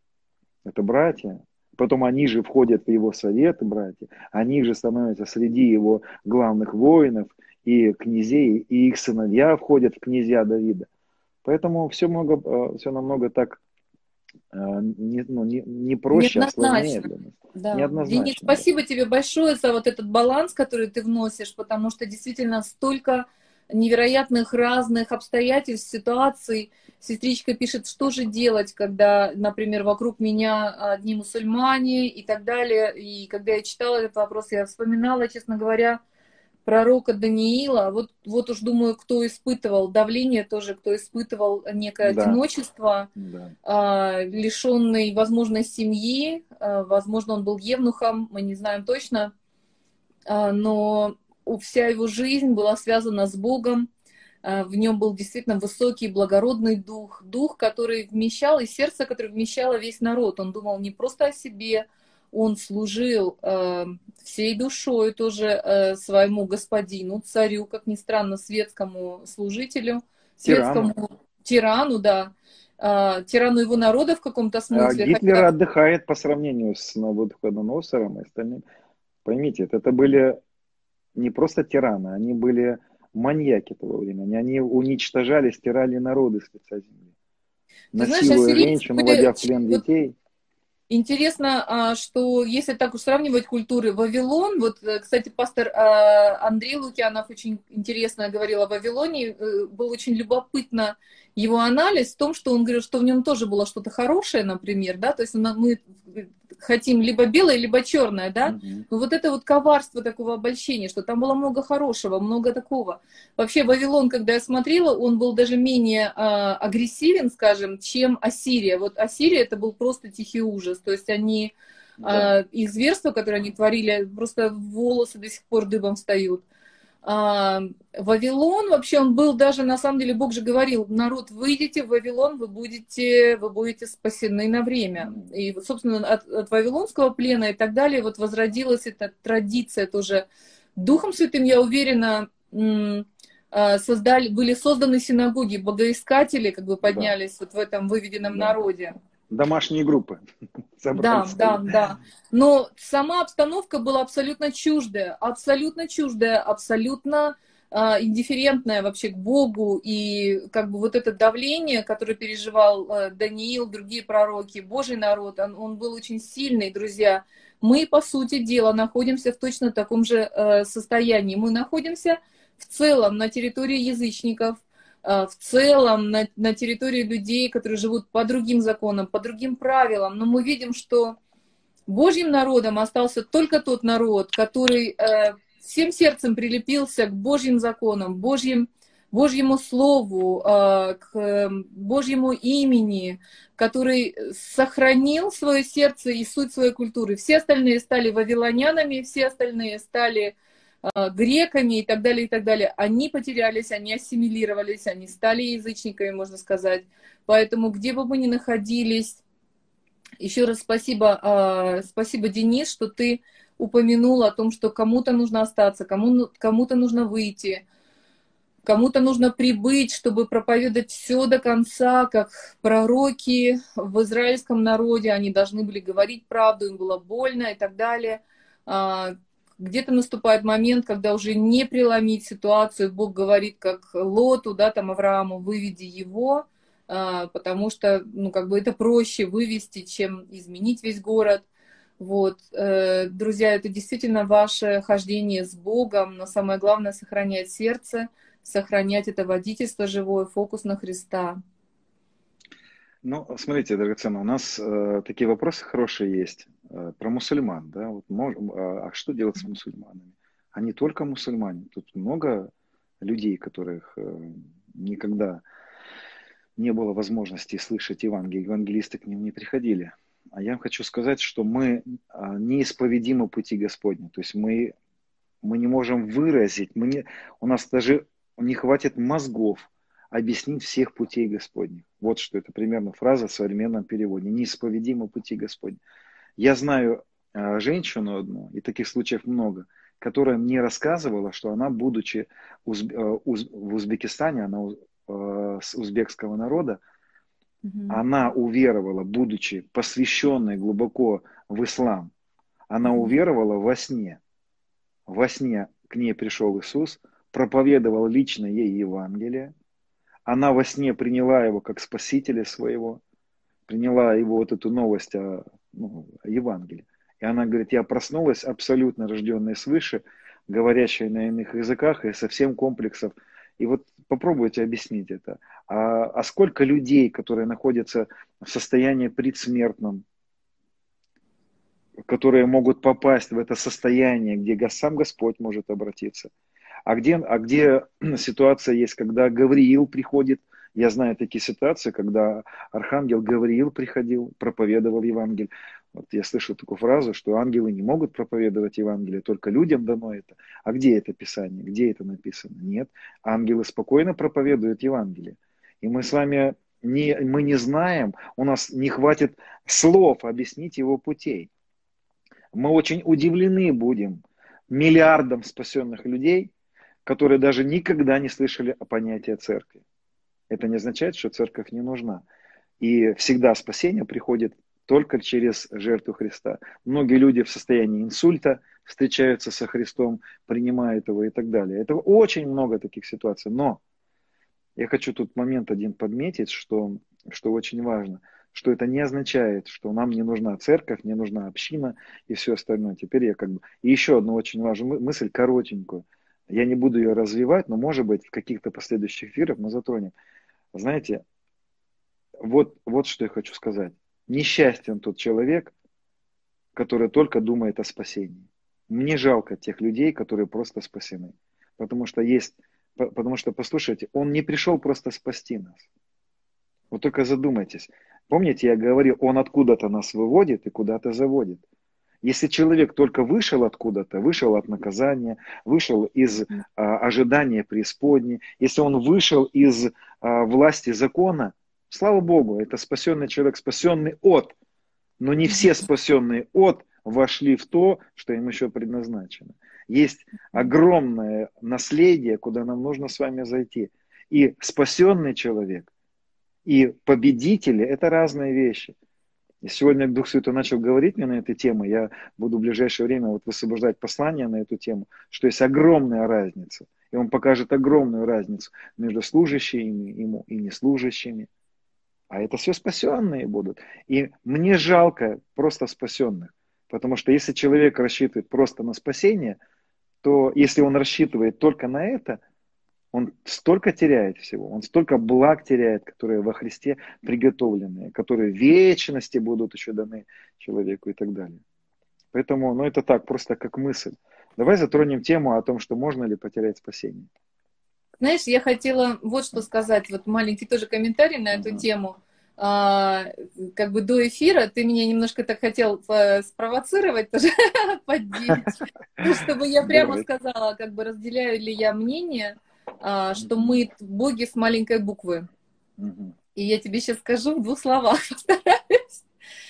Это братья. Потом они же входят в его советы, братья. Они же становятся среди его главных воинов и князей, и их сыновья входят в князья Давида. Поэтому все, много, все намного так не, ну, не, не проще, а сложнее для нас. Да. Неоднозначно. Денис, спасибо тебе большое за вот этот баланс, который ты вносишь, потому что действительно столько невероятных разных обстоятельств, ситуаций. Сестричка пишет, что же делать, когда, например, вокруг меня одни мусульмане и так далее. И когда я читала этот вопрос, я вспоминала, честно говоря, пророка Даниила. Вот, вот уж думаю, кто испытывал давление тоже, кто испытывал некое Да. одиночество, Да. а, лишенный, возможно, семьи. А, возможно, он был евнухом, мы не знаем точно. А, но вся его жизнь была связана с Богом. В нем был действительно высокий, благородный дух. Дух, который вмещал, и сердце, которое вмещало весь народ. Он думал не просто о себе, он служил э, всей душой тоже э, своему господину, царю, как ни странно, светскому служителю, светскому тирану, тирану да, э, тирану его народа в каком-то смысле. А Гитлер хотя... отдыхает по сравнению с Навуходоносором и остальным. Поймите, это были не просто тираны, они были маньяки того времени. Они уничтожали, стирали народы с лица земли. Насилуя женщин, уводя в плен детей. Интересно, что если так уж сравнивать культуры, Вавилон, вот, кстати, пастор Андрей Лукьянов очень интересно говорил о Вавилоне, был очень любопытно его анализ в том, что он говорил, что в нем тоже было что-то хорошее, например, да, то есть мы хотим либо белое, либо черное, да, mm-hmm. но вот это вот коварство такого обольщения, что там было много хорошего, много такого. Вообще Вавилон, когда я смотрела, он был даже менее а, агрессивен, скажем, чем Ассирия. Вот Ассирия это был просто тихий ужас, то есть они, да. а, их зверства, которые они творили, просто волосы до сих пор дыбом встают. А, Вавилон, вообще он был даже, на самом деле, Бог же говорил, народ, выйдите в Вавилон, вы будете, вы будете спасены на время. И, собственно, от, от вавилонского плена и так далее вот возродилась эта традиция тоже. Духом Святым, я уверена, создали, были созданы синагоги, богоискатели как бы поднялись да. вот в этом выведенном да. народе. Домашние группы. Да, да, да. Но сама обстановка была абсолютно чуждая, абсолютно чуждая, абсолютно э, индифферентная вообще к Богу. И как бы вот это давление, которое переживал э, Даниил, другие пророки, Божий народ, он, он был очень сильный, друзья. Мы, по сути дела, находимся в точно таком же э, состоянии. Мы находимся в целом на территории язычников, в целом на, на территории людей, которые живут по другим законам, по другим правилам. Но мы видим, что Божьим народом остался только тот народ, который э, всем сердцем прилепился к Божьим законам, Божьим Божьему Слову, э, к Божьему имени, который сохранил свое сердце и суть своей культуры. Все остальные стали вавилонянами, все остальные стали э, греками и так далее, и так далее. Они потерялись, они ассимилировались, они стали язычниками, можно сказать. Поэтому где бы мы ни находились, еще раз спасибо, э, спасибо, Денис, что ты упомянул о том, что кому-то нужно остаться, кому, кому-то нужно выйти, кому-то нужно прибыть, чтобы проповедовать все до конца, как пророки в израильском народе. Они должны были говорить правду, им было больно и так далее. А, где-то наступает момент, когда уже не преломить ситуацию. Бог говорит, как Лоту, да, там Аврааму, выведи его, а, потому что, ну, как бы это проще вывести, чем изменить весь город. Вот, э, друзья, это действительно ваше хождение с Богом, но самое главное — сохранять сердце, сохранять это водительство живое, фокус на Христа. Ну, смотрите, драгоценно, у нас э, такие вопросы хорошие есть э, про мусульман, да, вот, мож, а, а что делать с мусульманами? А не только мусульмане, тут много людей, которых э, никогда не было возможности слышать Евангелие, евангелисты к ним не приходили. А я вам хочу сказать, что мы а, неисповедимы пути Господня, то есть мы, мы не можем выразить, мы не, у нас даже не хватит мозгов объяснить всех путей Господних. Вот что это примерно фраза в современном переводе. Неисповедимы пути Господни. Я знаю э, женщину одну, и таких случаев много, которая мне рассказывала, что она, будучи узб, э, уз, в Узбекистане, она э, с узбекского народа, Мгм. она уверовала, будучи посвященной глубоко в ислам, она Мгм. уверовала во сне. Во сне к ней пришел Иисус, проповедовал лично ей Евангелие. Она во сне приняла его как спасителя своего, приняла его вот эту новость о, ну, о Евангелии. И она говорит, я проснулась абсолютно рожденная свыше, говорящая на иных языках и со всем комплексов. И вот попробуйте объяснить это. А, а сколько людей, которые находятся в состоянии предсмертном, которые могут попасть в это состояние, где сам Господь может обратиться. А где, а где ситуация есть, когда Гавриил приходит, я знаю такие ситуации, когда архангел Гавриил приходил, проповедовал Евангелие. Вот я слышу такую фразу, что ангелы не могут проповедовать Евангелие, только людям дано это. А где это Писание? Где это написано? Нет. Ангелы спокойно проповедуют Евангелие. И мы с вами не, мы не знаем, у нас не хватит слов объяснить его путей. Мы очень удивлены будем миллиардам спасенных людей, которые даже никогда не слышали о понятии церкви. Это не означает, что церковь не нужна. И всегда спасение приходит только через жертву Христа. Многие люди в состоянии инсульта встречаются со Христом, принимают его и так далее. Это очень много таких ситуаций. Но я хочу тут момент один подметить, что, что очень важно, что это не означает, что нам не нужна церковь, не нужна община и все остальное. Теперь я как бы... И еще одну очень важную мысль, коротенькую. Я не буду ее развивать, но, может быть, в каких-то последующих эфирах мы затронем. Знаете, вот, вот что я хочу сказать. Несчастен тот человек, который только думает о спасении. Мне жалко тех людей, которые просто спасены. Потому что есть, потому что, послушайте, он не пришел просто спасти нас. Вот только задумайтесь. Помните, я говорил, он откуда-то нас выводит и куда-то заводит. Если человек только вышел откуда-то, вышел от наказания, вышел из а, ожидания преисподней, если он вышел из а, власти закона, слава Богу, это спасенный человек, спасенный от. Но не все спасенные от вошли в то, что им еще предназначено. Есть огромное наследие, куда нам нужно с вами зайти. И спасенный человек, и победители – это разные вещи. И сегодня Дух Святой начал говорить мне на эту тему. Я буду в ближайшее время вот высвобождать послание на эту тему, что есть огромная разница. И Он покажет огромную разницу между служащими Ему и неслужащими. А это все спасенные будут. И мне жалко просто спасенных. Потому что если человек рассчитывает просто на спасение, то если он рассчитывает только на это, он столько теряет всего, он столько благ теряет, которые во Христе приготовлены, которые в вечности будут еще даны человеку и так далее. Поэтому, ну это так, просто как мысль. Давай затронем тему о том, что можно ли потерять спасение. Знаешь, я хотела вот что сказать, вот маленький тоже комментарий на эту тему. А, как бы до эфира ты меня немножко так хотел спровоцировать, тоже поддеть, чтобы я прямо Давай. сказала, как бы разделяю ли я мнение, а, что мы боги с маленькой буквы. И я тебе сейчас скажу в двух словах, постараюсь.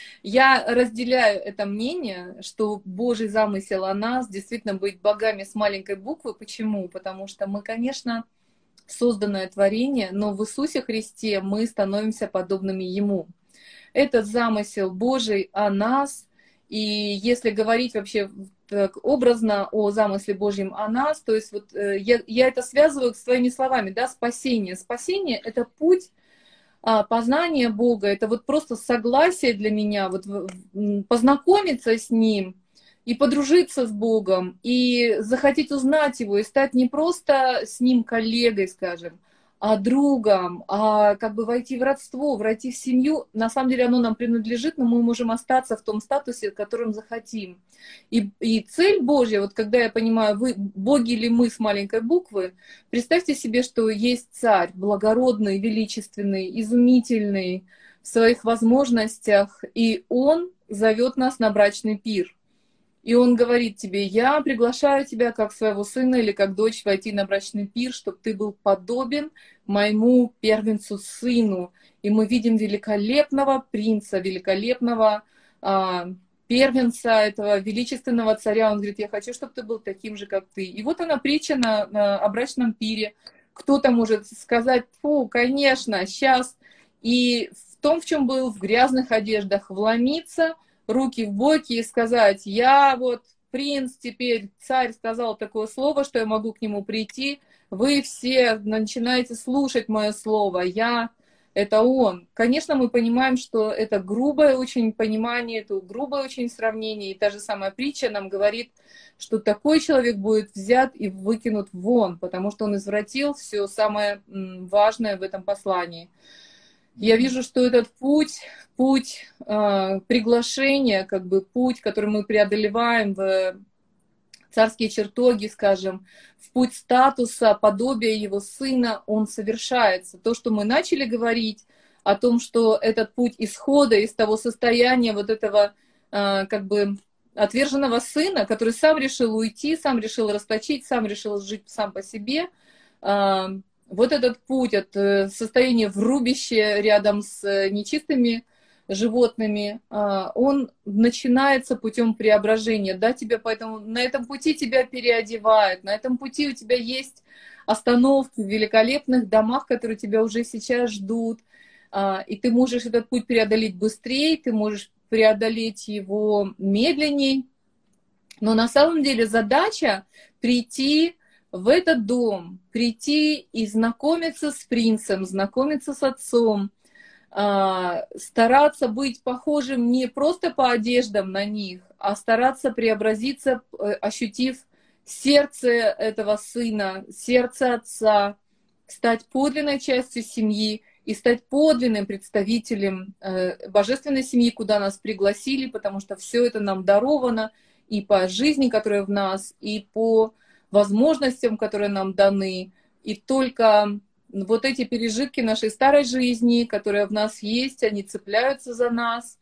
Я разделяю это мнение, что Божий замысел о нас действительно быть богами с маленькой буквы. Почему? Потому что мы, конечно, созданное творение, но в Иисусе Христе мы становимся подобными Ему. Этот замысел Божий о нас, и если говорить вообще так образно о замысле Божьем о нас, то есть вот я, я это связываю с твоими словами, да, спасение. Спасение — это путь познания Бога, это вот просто согласие для меня, вот познакомиться с Ним, и подружиться с Богом, и захотеть узнать Его, и стать не просто с Ним коллегой, скажем, а другом, а как бы войти в родство, войти в семью. На самом деле оно нам принадлежит, но мы можем остаться в том статусе, в котором захотим. И, и цель Божья, вот когда я понимаю, вы боги ли мы с маленькой буквы, представьте себе, что есть царь, благородный, величественный, изумительный в своих возможностях, и он зовет нас на брачный пир. И он говорит тебе: я приглашаю тебя как своего сына или как дочь войти на брачный пир, чтобы ты был подобен моему первенцу сыну. И мы видим великолепного принца, великолепного а, первенца этого величественного царя. Он говорит: я хочу, чтобы ты был таким же, как ты. И вот она притча на, на, о брачном пире. Кто-то может сказать: фу, конечно, сейчас. И в том, в чем был, в грязных одеждах, вломиться, руки в боки и сказать: я вот принц теперь, царь сказал такое слово, что я могу к нему прийти, вы все начинаете слушать мое слово, я — это он. Конечно, мы понимаем, что это грубое очень понимание, это грубое очень сравнение, и та же самая притча нам говорит, что такой человек будет взят и выкинут вон, потому что он извратил все самое важное в этом послании. Я вижу, что этот путь, путь э, приглашения, как бы путь, который мы преодолеваем в царские чертоги, скажем, в путь статуса, подобия его сына, он совершается. То, что мы начали говорить о том, что этот путь исхода из того состояния вот этого э, как бы отверженного сына, который сам решил уйти, сам решил расточить, сам решил жить сам по себе, э, вот этот путь от состояния в рубище рядом с нечистыми животными, он начинается путем преображения. Да, тебя поэтому на этом пути тебя переодевают, на этом пути у тебя есть остановки в великолепных домах, которые тебя уже сейчас ждут. И ты можешь этот путь преодолеть быстрее, ты можешь преодолеть его медленней. Но на самом деле задача прийти в этот дом, прийти и знакомиться с принцем, знакомиться с отцом, стараться быть похожим не просто по одеждам на них, а стараться преобразиться, ощутив сердце этого сына, сердце отца, стать подлинной частью семьи и стать подлинным представителем божественной семьи, куда нас пригласили, потому что все это нам даровано и по жизни, которая в нас, и по возможностям, которые нам даны, и только вот эти пережитки нашей старой жизни, которые в нас есть, они цепляются за нас.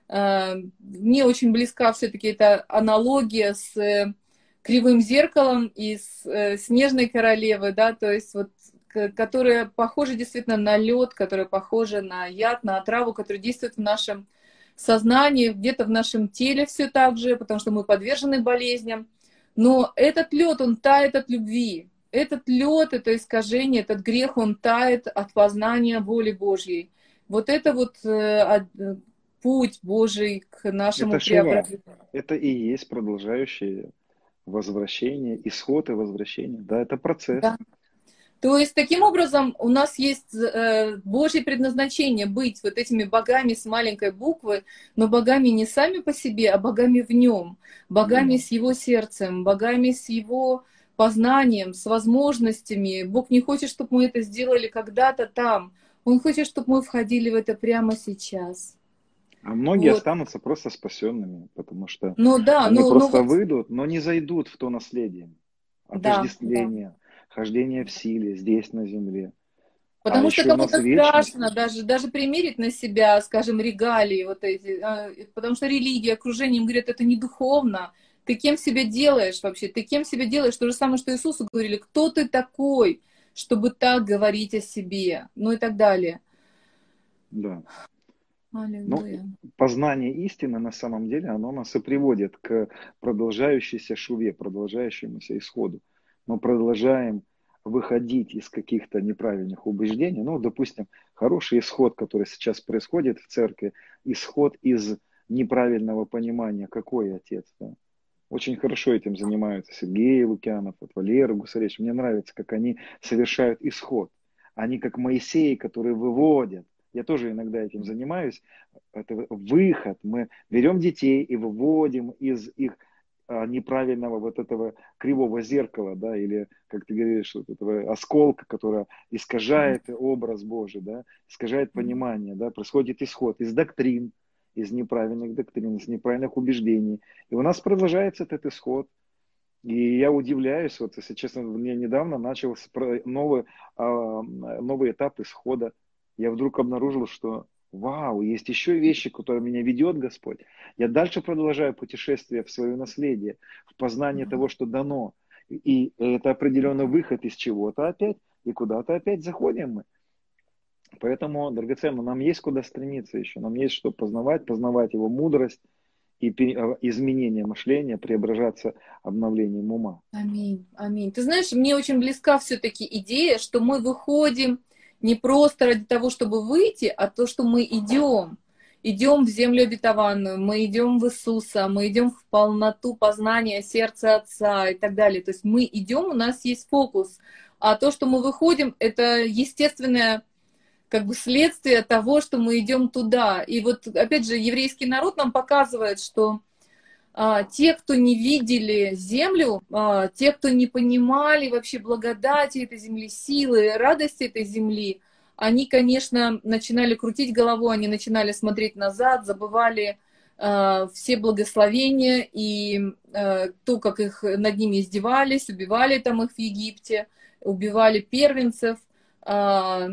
Мне очень близка все-таки эта аналогия с кривым зеркалом и с снежной королевой, да, то есть вот, которая похожа действительно на лед, которая похожа на яд, на отраву, которая действует в нашем сознании, где-то в нашем теле все так же, потому что мы подвержены болезням. Но этот лед, он тает от любви. Этот лед, это искажение, этот грех, он тает от познания воли Божьей. Вот это вот э, путь Божий к нашему преображению. Это и есть продолжающее возвращение, исход и возвращение. Да, это процесс. Да. То есть, таким образом, у нас есть э, Божье предназначение быть вот этими богами с маленькой буквы, но богами не сами по себе, а богами в нем, богами mm. с его сердцем, богами с его познанием, с возможностями. Бог не хочет, чтобы мы это сделали когда-то там. Он хочет, чтобы мы входили в это прямо сейчас. А многие вот. Останутся просто спасенными, потому что ну, да, они ну, просто ну, вот... выйдут, но не зайдут в то наследие, отождествление. Да, да. хождение в силе здесь на земле. А Потому что еще у нас кому-то вечность. страшно даже, даже примерить на себя, скажем, регалии вот эти. а, Потому что религия, окружение им говорят, это не духовно. Ты кем себя делаешь вообще? Ты кем себя делаешь? То же самое, что Иисусу говорили. Кто ты такой, чтобы так говорить о себе? Ну и так далее. Да. Но Аллилуйя. познание истины на самом деле, оно нас и приводит к продолжающейся шуве, продолжающемуся исходу. Мы продолжаем выходить из каких-то неправильных убеждений. Ну, допустим, хороший исход, который сейчас происходит в церкви, исход из неправильного понимания, какой отец. Да? Очень хорошо этим занимаются Сергей Лукьянов, вот Валера Гусаревич. Мне нравится, как они совершают исход. Они как Моисеи, которые выводят. Я тоже иногда этим занимаюсь. Это выход. Мы берем детей и выводим из их а, неправильного вот этого кривого зеркала, да, или, как ты говоришь, вот этого осколка, которое искажает образ Божий, да, искажает понимание, да, происходит исход из доктрин, из неправильных доктрин, из неправильных убеждений. И у нас продолжается этот исход. И я удивляюсь, вот если честно, мне недавно начался новый, а, новый этап исхода. Я вдруг обнаружил, что вау, есть еще вещи, которые меня ведет Господь. Я дальше продолжаю путешествие в свое наследие, в познание того, что дано. И это определенный выход из чего-то опять, и куда-то опять заходим мы. Поэтому, драгоценно, нам есть куда стремиться еще, нам есть что познавать, познавать его мудрость и изменение мышления, преображаться обновлением ума. Аминь, аминь. Ты знаешь, мне очень близка все-таки идея, что мы выходим не просто ради того, чтобы выйти, а то, что мы идем. Идем в землю обетованную, мы идем в Иисуса, мы идем в полноту познания сердца Отца и так далее. То есть мы идем, у нас есть фокус. А то, что мы выходим, это естественное как бы следствие того, что мы идем туда. И вот опять же еврейский народ нам показывает, что а, те, кто не видели землю, а, те, кто не понимали вообще благодати этой земли, силы, радости этой земли, они, конечно, начинали крутить головой, они начинали смотреть назад, забывали а, все благословения и а, то, как их над ними издевались, убивали там их в Египте, убивали первенцев, а,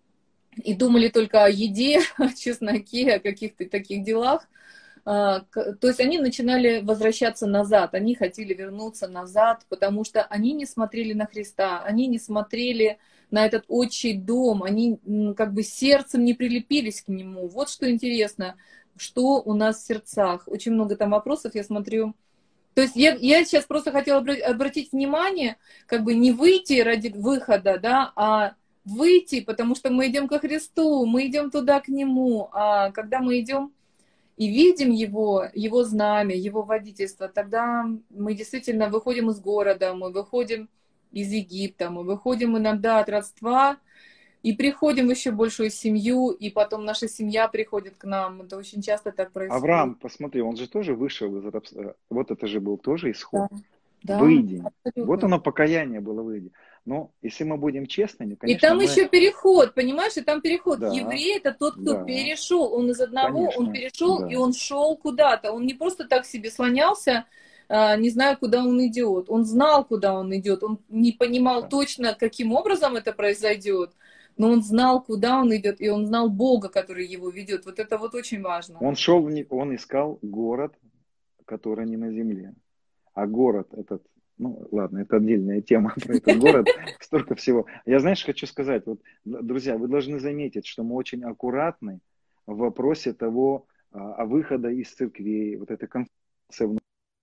и думали только о еде, о чесноке, о каких-то таких делах. То есть они начинали возвращаться назад, они хотели вернуться назад, потому что они не смотрели на Христа, они не смотрели на этот отчий дом, они как бы сердцем не прилепились к нему. Вот что интересно, что у нас в сердцах. Очень много там вопросов, я смотрю. То есть я, я сейчас просто хотела обратить внимание, как бы не выйти ради выхода, да, а выйти, потому что мы идем ко Христу, мы идем туда к Нему, а когда мы идем и видим Его, Его знамя, Его водительство, тогда мы действительно выходим из города, мы выходим из Египта, мы выходим иногда от родства и приходим в еще большую семью, и потом наша семья приходит к нам. Это очень часто так происходит. Авраам, посмотри, он же тоже вышел из рабства. Вот это же был тоже исход. Да. Да, выйди. абсолютно. Вот оно покаяние было, выйди. Но если мы будем честными, конечно, и там мы... еще переход, понимаешь, и там переход. Да, Еврей это тот, кто да, перешел. Он из одного, конечно, он перешел, да. и он шел куда-то. Он не просто так себе слонялся, не знаю, куда он идет. Он знал, куда он идет. Он не понимал Да. точно, каким образом это произойдет, но он знал, куда он идет, и он знал Бога, который его ведет. Вот это вот очень важно. Он шел, он искал город, который не на земле. А город этот, ну ладно, это отдельная тема про этот город, столько всего. Я, знаешь, хочу сказать, вот, друзья, вы должны заметить, что мы очень аккуратны в вопросе того, о выхода из церквей, вот этой концепции.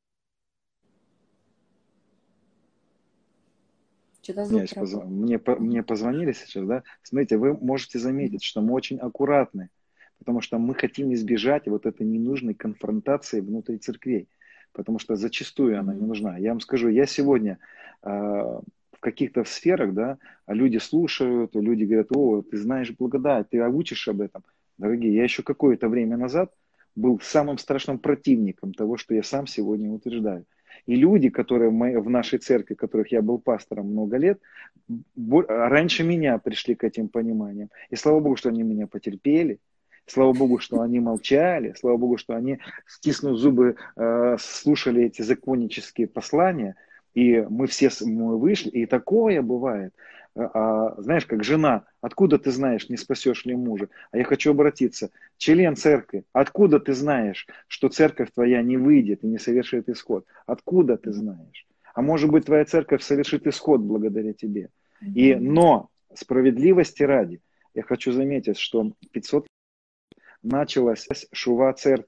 Мне, мне позвонили сейчас, да? Смотрите, вы можете заметить, что мы очень аккуратны, потому что мы хотим избежать вот этой ненужной конфронтации внутри церквей, потому что зачастую она не нужна. Я вам скажу, я сегодня э, в каких-то сферах, да, люди слушают, люди говорят, о, ты знаешь благодать, ты учишь об этом. Дорогие, я еще какое-то время назад был самым страшным противником того, что я сам сегодня утверждаю. И люди, которые в нашей церкви, которых я был пастором много лет, раньше меня пришли к этим пониманиям. И слава Богу, что они меня потерпели. Слава Богу, что они молчали. Слава Богу, что они, стиснув зубы, слушали эти законнические послания. И мы все с- мы вышли, и такое бывает. А, а, знаешь, как жена, откуда ты знаешь, не спасешь ли мужа? А я хочу обратиться, член церкви, откуда ты знаешь, что церковь твоя не выйдет и не совершит исход? Откуда ты знаешь? А может быть, твоя церковь совершит исход благодаря тебе. И, Мгм. но справедливости ради, я хочу заметить, что пятьсот началась шува церкви.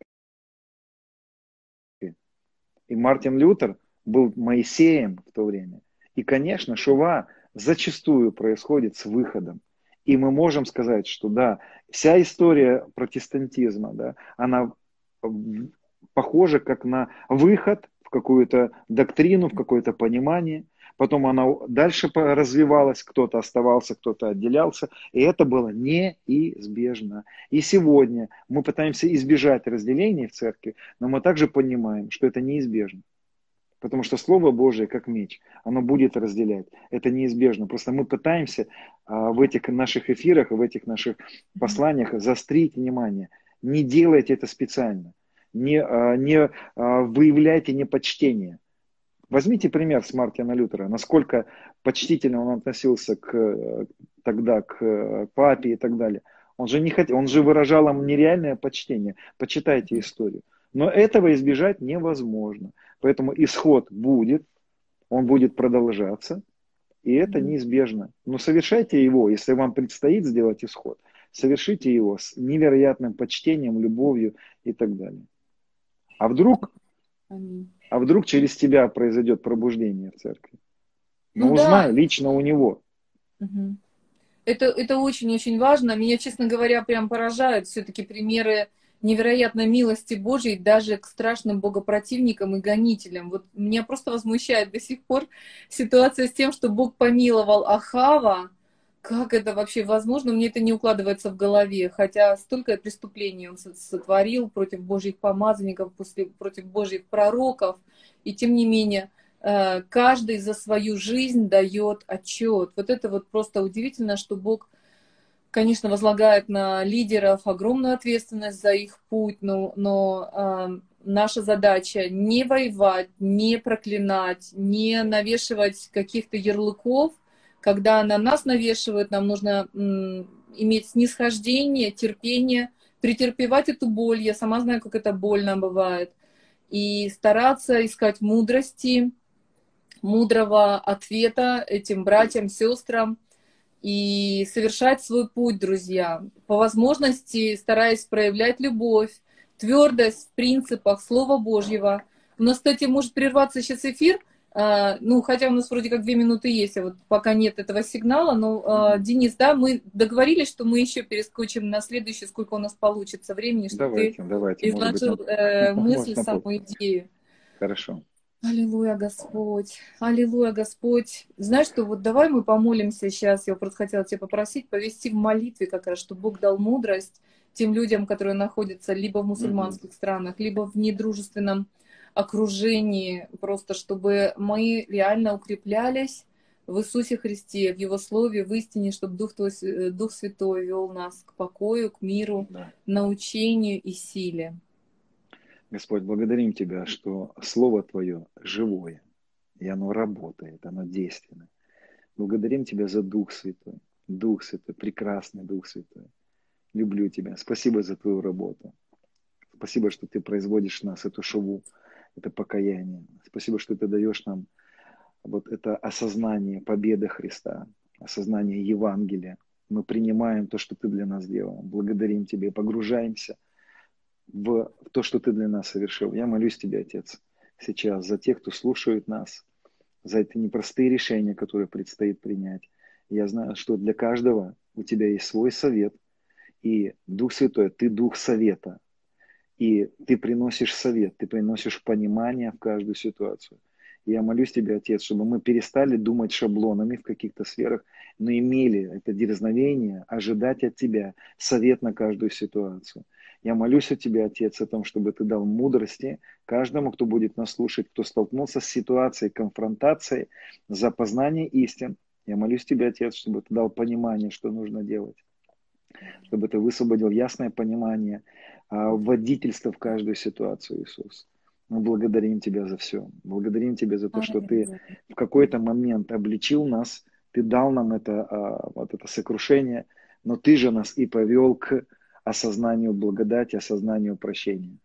И Мартин Лютер был Моисеем в то время. И, конечно, шува зачастую происходит с выходом. И мы можем сказать, что да, вся история протестантизма, да, она похожа как на выход в какую-то доктрину, в какое-то понимание. Потом она дальше развивалась, кто-то оставался, кто-то отделялся. И это было неизбежно. И сегодня мы пытаемся избежать разделений в церкви, но мы также понимаем, что это неизбежно. Потому что Слово Божие, как меч, оно будет разделять. Это неизбежно. Просто мы пытаемся а, в этих наших эфирах, в этих наших посланиях заострить внимание. Не делайте это специально. Не, а, не а, выявляйте непочтение. Возьмите пример с Мартина Лютера. Насколько почтительно он относился к, тогда к папе и так далее. Он же, не хотел, он же выражал им нереальное почтение. Почитайте историю. Но этого избежать невозможно. Поэтому исход будет, он будет продолжаться, и это Мгм. неизбежно. Но совершайте его, если вам предстоит сделать исход, совершите его с невероятным почтением, любовью и так далее. А вдруг, Аминь. а вдруг через тебя произойдет пробуждение в церкви? Ну Но да. узнай лично у него. Мгм. Это, это очень-очень важно. Меня, честно говоря, прям поражают все-таки примеры невероятной милости Божьей даже к страшным богопротивникам и гонителям. Вот меня просто возмущает до сих пор ситуация с тем, что Бог помиловал Ахава. Как это вообще возможно? Мне это не укладывается в голове. Хотя столько преступлений он сотворил против Божьих помазанников, после, против Божьих пророков. И тем не менее, э, каждый за свою жизнь дает отчет. Вот это вот просто удивительно, что Бог, конечно, возлагает на лидеров огромную ответственность за их путь, но, но э, наша задача не воевать, не проклинать, не навешивать каких-то ярлыков. Когда на нас навешивают, нам нужно м, иметь снисхождение, терпение, претерпевать эту боль. Я сама знаю, как это больно бывает. И стараться искать мудрости, мудрого ответа этим братьям, сестрам и совершать свой путь, друзья. По возможности стараясь проявлять любовь, твердость в принципах Слова Божьего. У нас, кстати, может прерваться сейчас эфир, а, ну, хотя у нас вроде как две минуты есть, а вот пока нет этого сигнала, но, а, Денис, да, мы договорились, что мы еще перескочим на следующее, сколько у нас получится времени, чтобы ты Давайте, давайте, может быть, изложил на, э, мысль, может, на пол. саму идею. Хорошо. Аллилуйя, Господь, аллилуйя, Господь. Знаешь что, вот давай мы помолимся сейчас, я просто хотела тебя попросить повести в молитве как раз, чтобы Бог дал мудрость тем людям, которые находятся либо в Мгм. мусульманских странах, либо в недружественном окружении, просто чтобы мы реально укреплялись в Иисусе Христе, в Его Слове, в истине, чтобы Дух, Твой, э, Дух Святой вел нас к покою, к миру, Да. научению и силе. Господь, благодарим Тебя, что Слово Твое живое, и оно работает, оно действенно. Благодарим Тебя за Дух Святой. Дух Святой, прекрасный Дух Святой. Люблю Тебя. Спасибо за Твою работу. Спасибо, что Ты производишь в нас эту шуву, это покаяние. Спасибо, что Ты даешь нам вот это осознание победы Христа, осознание Евангелия. Мы принимаем то, что Ты для нас сделал. Благодарим Тебя, погружаемся в то, что Ты для нас совершил. Я молюсь Тебе, Отец, сейчас за тех, кто слушает нас, за эти непростые решения, которые предстоит принять. Я знаю, что для каждого у Тебя есть свой совет, и Дух Святой, Ты Дух совета, и Ты приносишь совет, Ты приносишь понимание в каждую ситуацию. И я молюсь Тебе, Отец, чтобы мы перестали думать шаблонами в каких-то сферах, но имели это дерзновение ожидать от Тебя совет на каждую ситуацию. Я молюсь о Тебе, Отец, о том, чтобы Ты дал мудрости каждому, кто будет нас слушать, кто столкнулся с ситуацией конфронтации, за познание истин. Я молюсь Тебе, Отец, чтобы Ты дал понимание, что нужно делать, чтобы Ты высвободил ясное понимание, а, водительство в каждую ситуацию, Иисус. Мы благодарим Тебя за все. Благодарим Тебя за то, что Ты Аллилуйя. в какой-то момент обличил нас, Ты дал нам это, а, вот это сокрушение, но Ты же нас и повел к осознанию благодати, осознанию прощения.